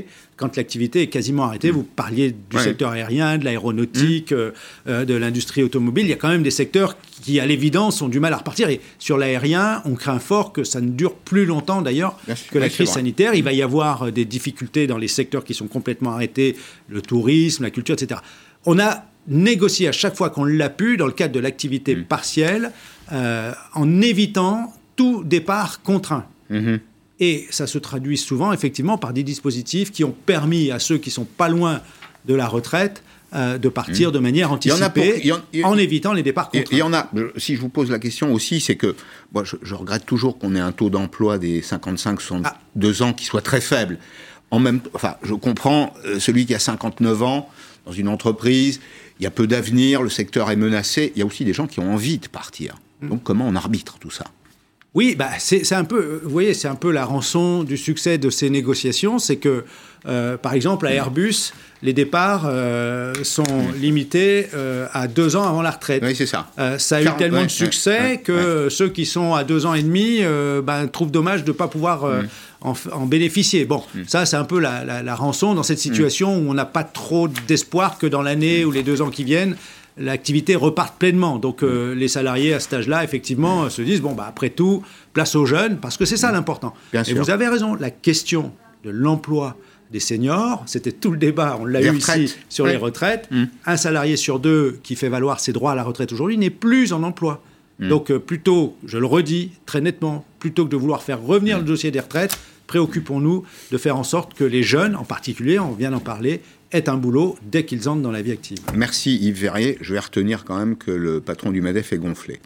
quand l'activité est quasiment arrêtée. Vous parliez du ouais. secteur aérien, de l'aéronautique, mmh. euh, de l'industrie automobile. Il y a quand même des secteurs qui, à l'évidence, ont du mal à repartir. Et sur l'aérien, on craint fort que ça ne dure plus longtemps, d'ailleurs, que la crise sanitaire. Il va y avoir des difficultés dans les secteurs qui sont complètement arrêtés, le tourisme, la culture, et cetera. On a négocié à chaque fois qu'on l'a pu, dans le cadre de l'activité mmh. partielle, euh, en évitant tout départ contraint. Mmh. Et ça se traduit souvent, effectivement, par des dispositifs qui ont permis à ceux qui ne sont pas loin de la retraite euh, de partir mmh. de manière anticipée, pour, en, en, en évitant les départs contraints. Il y en a, si je vous pose la question aussi, c'est que moi, je, je regrette toujours qu'on ait un taux d'emploi des cinquante-cinq à soixante-deux ah. ans qui soit très faible. En même, enfin, je comprends, euh, celui qui a cinquante-neuf ans, dans une entreprise, il y a peu d'avenir, le secteur est menacé. Il y a aussi des gens qui ont envie de partir. Mmh. Donc, comment on arbitre tout ça ? Oui, bah c'est, c'est un peu, vous voyez, c'est un peu la rançon du succès de ces négociations, c'est que, euh, par exemple, à Airbus, les départs euh, sont mmh. limités euh, à deux ans avant la retraite. Oui, c'est ça. Euh, ça a eu tellement ouais, de succès ouais, que ouais. ceux qui sont à deux ans et demi euh, ben, trouvent dommage de ne pas pouvoir euh, mmh. en, en bénéficier. Bon, mmh. ça, c'est un peu la, la, la rançon dans cette situation mmh. où on n'a pas trop d'espoir que dans l'année mmh. ou les deux ans qui viennent, l'activité reparte pleinement. Donc euh, les salariés à cet âge-là, effectivement, mmh. se disent, bon, bah, après tout, place aux jeunes, parce que c'est ça mmh. l'important. Bien Et sûr. Vous avez raison, la question de l'emploi des seniors, c'était tout le débat, on l'a les eu retraites. ici sur oui. les retraites. Mmh. Un salarié sur deux qui fait valoir ses droits à la retraite aujourd'hui n'est plus en emploi. Mmh. Donc euh, plutôt, je le redis très nettement, plutôt que de vouloir faire revenir mmh. le dossier des retraites, préoccupons-nous de faire en sorte que les jeunes, en particulier, on vient d'en parler, aient un boulot dès qu'ils entrent dans la vie active. Merci Yves Verrier. Je vais retenir quand même que le patron du MEDEF est gonflé.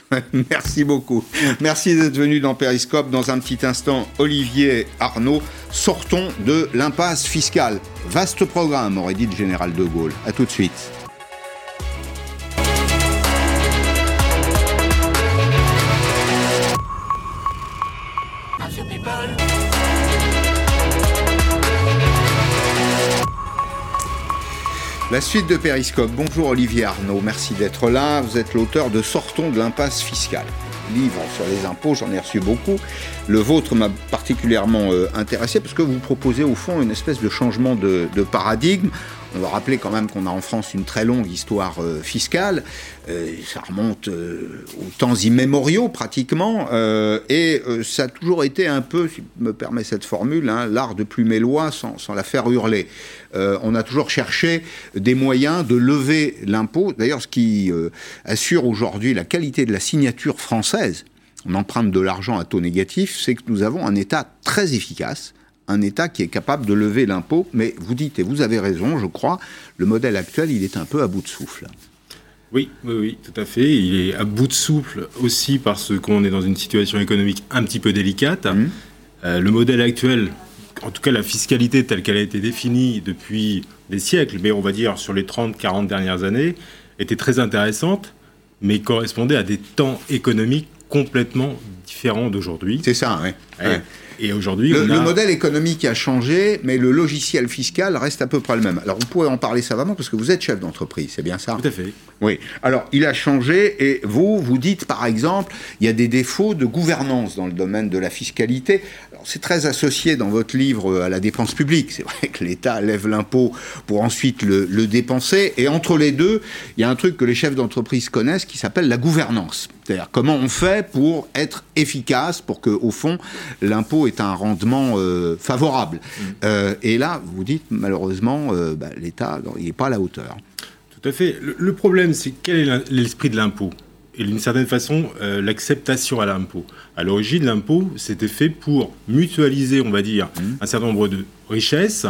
Merci beaucoup. Merci d'être venu dans Périscope. Dans un petit instant, Olivier Arnaud. Sortons de l'impasse fiscale. Vaste programme, aurait dit le général de Gaulle. À tout de suite. La suite de Périscope. Bonjour Olivier Arnaud, merci d'être là. Vous êtes l'auteur de Sortons de l'impasse fiscale. Livre sur les impôts, j'en ai reçu beaucoup. Le vôtre m'a particulièrement euh, intéressé parce que vous proposez au fond une espèce de changement de, de paradigme. On va rappeler quand même qu'on a en France une très longue histoire euh, fiscale. Euh, ça remonte euh, aux temps immémoriaux pratiquement. Euh, et euh, ça a toujours été un peu, si je me permets cette formule, hein, l'art de plumer loi sans, sans la faire hurler. Euh, on a toujours cherché des moyens de lever l'impôt. D'ailleurs, ce qui euh, assure aujourd'hui la qualité de la signature française, on emprunte de l'argent à taux négatif, c'est que nous avons un État très efficace, un État qui est capable de lever l'impôt. Mais vous dites, et vous avez raison, je crois, le modèle actuel, il est un peu à bout de souffle. Oui, oui, oui, tout à fait. Il est à bout de souffle aussi parce qu'on est dans une situation économique un petit peu délicate. Mmh. Euh, le modèle actuel, en tout cas la fiscalité telle qu'elle a été définie depuis des siècles, mais on va dire sur les trente à quarante dernières années, était très intéressante, mais correspondait à des temps économiques complètement différents d'aujourd'hui. C'est ça, oui. Ouais. Ouais. Et aujourd'hui, le, on a... le modèle économique a changé, mais le logiciel fiscal reste à peu près le même. Alors, vous pouvez en parler savamment parce que vous êtes chef d'entreprise, c'est bien ça ? Tout à fait. Oui. Alors, il a changé et vous, vous dites, par exemple, il y a des défauts de gouvernance dans le domaine de la fiscalité. Alors, c'est très associé dans votre livre à la dépense publique. C'est vrai que l'État lève l'impôt pour ensuite le, le dépenser. Et entre les deux, il y a un truc que les chefs d'entreprise connaissent qui s'appelle la gouvernance. C'est-à-dire comment on fait pour être efficace, pour qu'au fond, l'impôt ait un rendement euh, favorable. Mmh. Euh, et là, vous dites, malheureusement, euh, bah, l'État n'est pas à la hauteur. Tout à fait. Le, le problème, c'est quel est l'esprit de l'impôt ? Et d'une certaine façon, euh, l'acceptation à l'impôt. À l'origine, l'impôt, c'était fait pour mutualiser, on va dire, mmh. un certain nombre de richesses,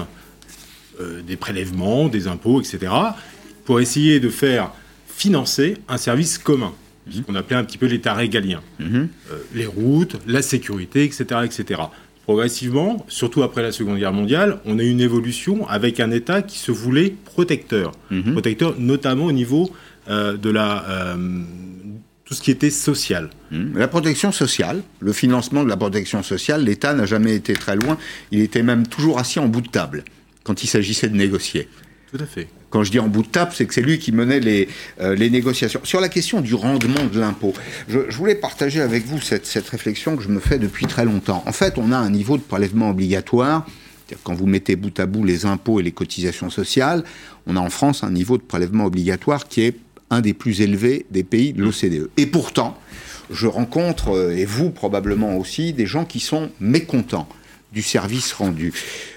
euh, des prélèvements, des impôts, et cetera, pour essayer de faire financer un service commun. Ce qu'on appelait un petit peu l'État régalien. Mmh. Euh, les routes, la sécurité, et cetera, et cetera. Progressivement, surtout après la Seconde Guerre mondiale, on a eu une évolution avec un État qui se voulait protecteur. Mmh. Protecteur notamment au niveau euh, de la, euh, tout ce qui était social. Mmh. La protection sociale, le financement de la protection sociale, l'État n'a jamais été très loin. Il était même toujours assis en bout de table quand il s'agissait de négocier. Tout à fait. Quand je dis en bout de table, c'est que c'est lui qui menait les, euh, les négociations. Sur la question du rendement de l'impôt, je, je voulais partager avec vous cette, cette réflexion que je me fais depuis très longtemps. En fait, on a un niveau de prélèvement obligatoire C'est-à-dire, quand vous mettez bout à bout les impôts et les cotisations sociales, on a en France un niveau de prélèvement obligatoire qui est un des plus élevés des pays de l'O C D E. Et pourtant, je rencontre, et vous probablement aussi, des gens qui sont mécontents du service rendu.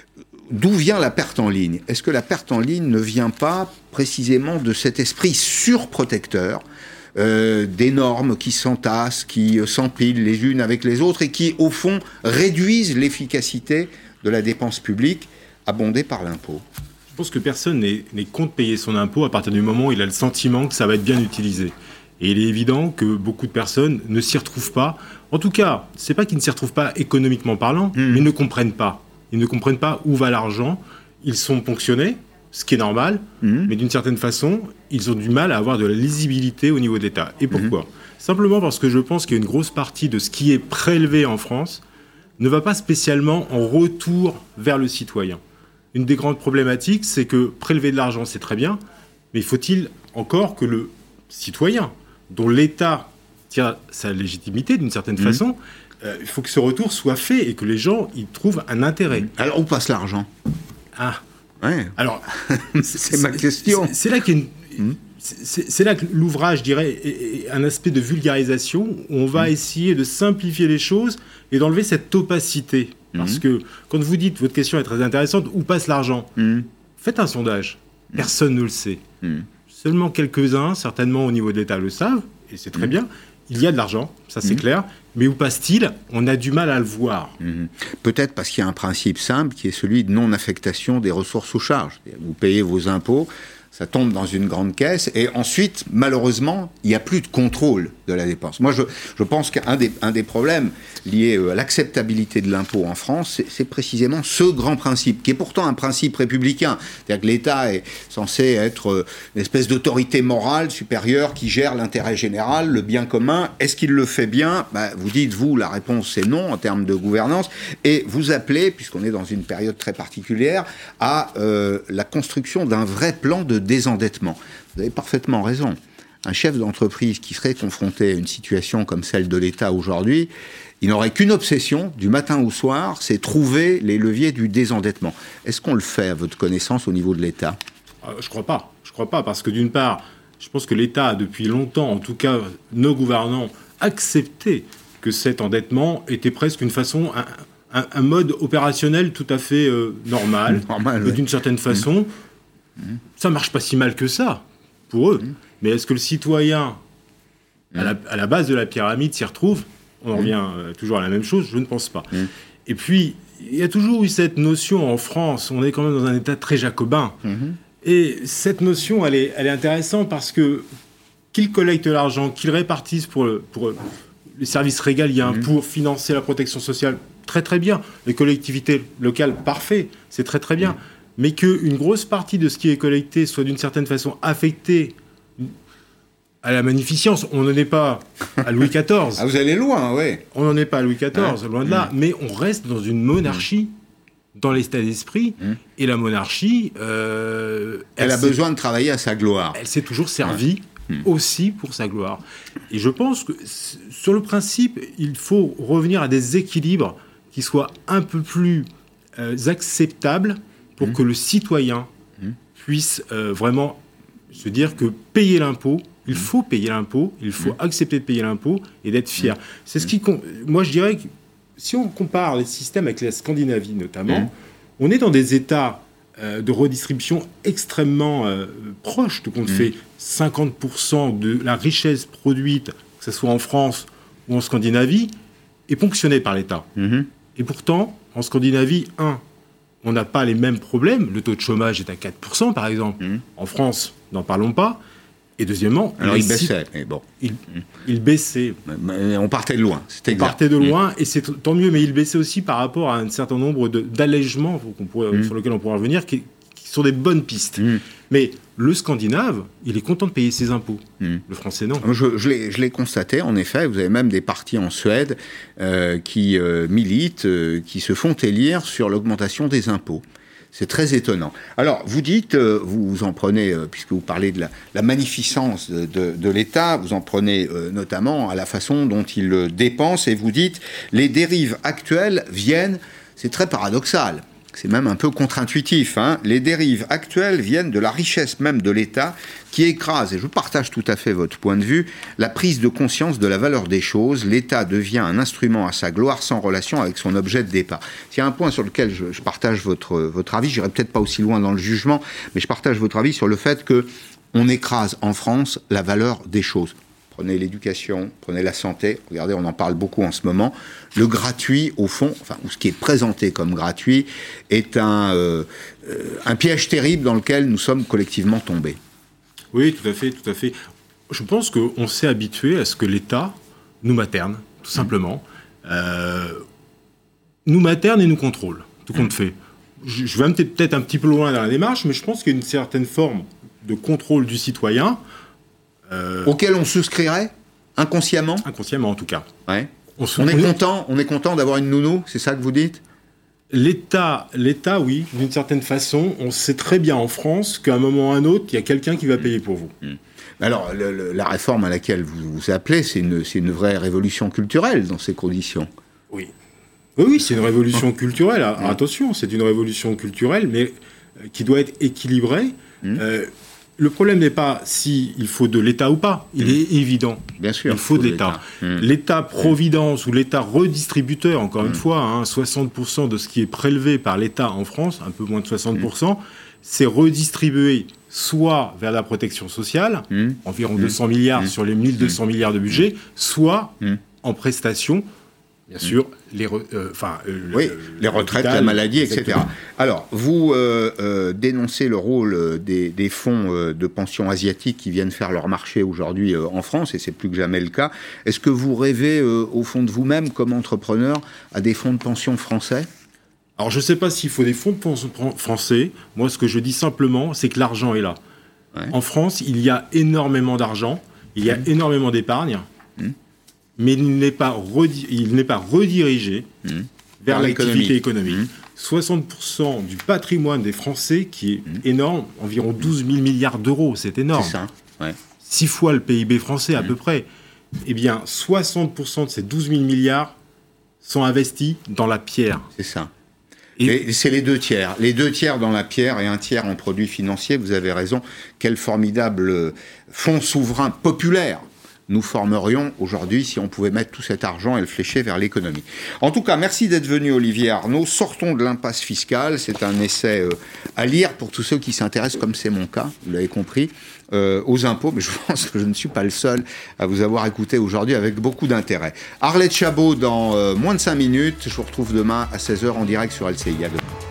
D'où vient la perte en ligne ? Est-ce que la perte en ligne ne vient pas précisément de cet esprit surprotecteur, euh, des normes qui s'entassent, qui euh, s'empilent les unes avec les autres et qui, au fond, réduisent l'efficacité de la dépense publique abondée par l'impôt ? Je pense que personne n'est, n'est contre payer son impôt à partir du moment où il a le sentiment que ça va être bien utilisé. Et il est évident que beaucoup de personnes ne s'y retrouvent pas. En tout cas, c'est pas qu'ils ne s'y retrouvent pas économiquement parlant, mmh. mais ils ne comprennent pas. Ils ne comprennent pas où va l'argent. Ils sont ponctionnés, ce qui est normal, mmh. mais d'une certaine façon, ils ont du mal à avoir de la lisibilité au niveau de l'État. Et pourquoi ? mmh. Simplement parce que je pense qu'il y a une grosse partie de ce qui est prélevé en France ne va pas spécialement en retour vers le citoyen. Une des grandes problématiques, c'est que prélever de l'argent, c'est très bien, mais faut-il encore que le citoyen, dont l'État tient sa légitimité d'une certaine mmh. façon, euh, il faut que ce retour soit fait et que les gens y trouvent un intérêt. Alors, où passe l'argent ? Ah, ouais. Alors, c'est, c'est ma question. C'est, c'est là qu'il y a une, mmh. c'est, c'est là que l'ouvrage, je dirais, est, est un aspect de vulgarisation où on va mmh. essayer de simplifier les choses et d'enlever cette opacité. Parce mmh. que quand vous dites, votre question est très intéressante, où passe l'argent ? mmh. Faites un sondage. Personne mmh. ne le sait. Mmh. Seulement quelques-uns, certainement au niveau de l'État, le savent, et c'est très mmh. bien. Il y a de l'argent, ça c'est mmh. clair, mais où passe-t-il ? On a du mal à le voir. Mmh. Peut-être parce qu'il y a un principe simple qui est celui de non-affectation des ressources sous charge. Vous payez vos impôts, ça tombe dans une grande caisse, et ensuite, malheureusement, il n'y a plus de contrôle de la dépense. Moi, je, je pense qu'un des, un des problèmes liés à l'acceptabilité de l'impôt en France, c'est, c'est précisément ce grand principe, qui est pourtant un principe républicain. C'est-à-dire que l'État est censé être une espèce d'autorité morale supérieure qui gère l'intérêt général, le bien commun. Est-ce qu'il le fait bien ? Ben, vous dites, vous, la réponse c'est non en termes de gouvernance, et vous appelez, puisqu'on est dans une période très particulière, à euh, la construction d'un vrai plan de désendettement. Vous avez parfaitement raison. Un chef d'entreprise qui serait confronté à une situation comme celle de l'État aujourd'hui, il n'aurait qu'une obsession, du matin au soir, c'est trouver les leviers du désendettement. Est-ce qu'on le fait, à votre connaissance, au niveau de l'État ? euh, Je ne crois pas. Je crois pas, parce que d'une part, je pense que l'État a depuis longtemps, en tout cas nos gouvernants, accepté que cet endettement était presque une façon, un, un, un mode opérationnel tout à fait euh, normal. normal et ouais. d'une certaine façon, mmh. ça ne marche pas si mal que ça, pour eux. Mmh. Mais est-ce que le citoyen, mmh. à, la, à la base de la pyramide, s'y retrouve ? On en mmh. revient euh, toujours à la même chose, je ne pense pas. Mmh. Et puis, il y a toujours eu cette notion en France, on est quand même dans un État très jacobin. Mmh. Et cette notion, elle est, elle est intéressante parce que qu'ils collectent l'argent, qu'ils répartissent pour, le, pour les services régaliens, mmh. pour financer la protection sociale, très très bien. Les collectivités locales, parfait, c'est très très bien. Mmh. Mais qu'une grosse partie de ce qui est collecté soit d'une certaine façon affectée à la magnificence. On n'en est pas à Louis quatorze. Ah, vous allez loin, oui. On n'en est pas à Louis quatorze, ah. loin de là. Mmh. Mais on reste dans une monarchie, mmh. dans l'état d'esprit. Mmh. Et la monarchie... Euh, elle, elle a besoin de travailler à sa gloire. Elle s'est toujours servie mmh. aussi pour sa gloire. Et je pense que, sur le principe, il faut revenir à des équilibres qui soient un peu plus euh, acceptables pour mmh. que le citoyen mmh. puisse euh, vraiment se dire que payer l'impôt, il faut payer l'impôt, il faut mmh. accepter de payer l'impôt et d'être fier. Mmh. C'est ce qui, moi, je dirais que si on compare les systèmes avec la Scandinavie notamment, mmh. on est dans des États euh, de redistribution extrêmement euh, proches. Donc on mmh. fait cinquante pour cent de la richesse produite, que ce soit en France ou en Scandinavie, est ponctionnée par l'État. Mmh. Et pourtant, en Scandinavie, un, on n'a pas les mêmes problèmes. Le taux de chômage est à quatre pour cent, par exemple. Mmh. En France, n'en parlons pas. Et deuxièmement... Alors, il baissait, mais bon. Il, il baissait. Mais on partait de loin, c'était exact. On partait de loin, mmh. et c'est tant mieux, mais il baissait aussi par rapport à un certain nombre de, d'allègements qu'on pourrait, mmh. sur lesquels on pourrait revenir, qui, qui sont des bonnes pistes. Mmh. Mais le Scandinave, il est content de payer ses impôts. Mmh. Le Français, non. Je, je, l'ai, je l'ai constaté, en effet. Vous avez même des partis en Suède euh, qui euh, militent, euh, qui se font élire sur l'augmentation des impôts. C'est très étonnant. Alors, vous dites, euh, vous, vous en prenez, euh, puisque vous parlez de la, la magnificence de, de, de l'État, vous en prenez euh, notamment à la façon dont il euh, dépense, et vous dites, les dérives actuelles viennent, c'est très paradoxal, c'est même un peu contre-intuitif, hein. Les dérives actuelles viennent de la richesse même de l'État qui écrase, et je partage tout à fait votre point de vue, la prise de conscience de la valeur des choses. L'État devient un instrument à sa gloire sans relation avec son objet de départ. S'il y a un point sur lequel je, je partage votre, votre avis, j'irai peut-être pas aussi loin dans le jugement, mais je partage votre avis sur le fait que on écrase en France la valeur des choses. Prenez l'éducation, prenez la santé, regardez, on en parle beaucoup en ce moment. Le gratuit, au fond, enfin, ou ce qui est présenté comme gratuit, est un, euh, un piège terrible dans lequel nous sommes collectivement tombés. Oui, tout à fait, tout à fait. Je pense qu'on s'est habitué à ce que l'État nous materne, tout simplement. Mmh. Euh, nous materne et nous contrôle, tout compte mmh. fait. Je, je vais peut-être un petit peu loin dans la démarche, mais je pense qu'il y a une certaine forme de contrôle du citoyen. Euh, auquel on souscrirait inconsciemment. Inconsciemment en tout cas. Ouais. On, se, on est content, on est content d'avoir une nounou, c'est ça que vous dites ? L'État, l'État, oui, d'une certaine façon, on sait très bien en France qu'à un moment ou à un autre, il y a quelqu'un qui va payer pour vous. Mmh. Alors, le, le, la réforme à laquelle vous vous appelez, c'est une, c'est une vraie révolution culturelle dans ces conditions. Oui. Oui, oui, c'est une révolution culturelle. Alors, mmh. Attention, c'est une révolution culturelle, mais euh, qui doit être équilibrée. Mmh. Euh, Le problème n'est pas s'il faut de l'État ou pas. Il mmh. est évident. Bien sûr. Il faut, faut de l'État. Mmh. L'État-providence mmh. ou l'État redistributeur, encore mmh. une fois, hein, soixante pour cent de ce qui est prélevé par l'État en France, un peu moins de soixante pour cent, mmh. c'est redistribué soit vers la protection sociale, mmh. environ mmh. deux cents milliards mmh. sur les mille deux cents mmh. milliards de budget, soit mmh. en prestations. Bien sûr, les, re, euh, enfin, euh, oui, le, les retraites, la maladie, exactement. et cetera. Alors, vous euh, euh, dénoncez le rôle des, des fonds euh, de pension asiatiques qui viennent faire leur marché aujourd'hui euh, en France, et c'est plus que jamais le cas. Est-ce que vous rêvez, euh, au fond de vous-même, comme entrepreneur, à des fonds de pension français ? Alors, je ne sais pas s'il faut des fonds de pension français. Moi, ce que je dis simplement, c'est que l'argent est là. Ouais. En France, il y a énormément d'argent, il y a mmh. énormément d'épargne. Mmh. Mais il n'est pas, redi- il n'est pas redirigé mmh. vers l'activité économique. Mmh. soixante pour cent du patrimoine des Français, qui est mmh. énorme, environ douze mille milliards d'euros, c'est énorme. C'est ça, ouais. Six fois le P I B français à mmh. peu près. Eh bien, soixante pour cent de ces douze mille milliards sont investis dans la pierre. C'est ça. Et, et c'est les deux tiers. Les deux tiers dans la pierre et un tiers en produits financiers, vous avez raison. Quel formidable fonds souverain populaire nous formerions aujourd'hui si on pouvait mettre tout cet argent et le flécher vers l'économie. En tout cas, merci d'être venu, Olivier Arnaud. Sortons de l'impasse fiscale. C'est un essai euh, à lire pour tous ceux qui s'intéressent, comme c'est mon cas, vous l'avez compris, euh, aux impôts. Mais je pense que je ne suis pas le seul à vous avoir écouté aujourd'hui avec beaucoup d'intérêt. Arlette Chabot dans euh, moins de cinq minutes. Je vous retrouve demain à seize heures en direct sur L C I. À demain.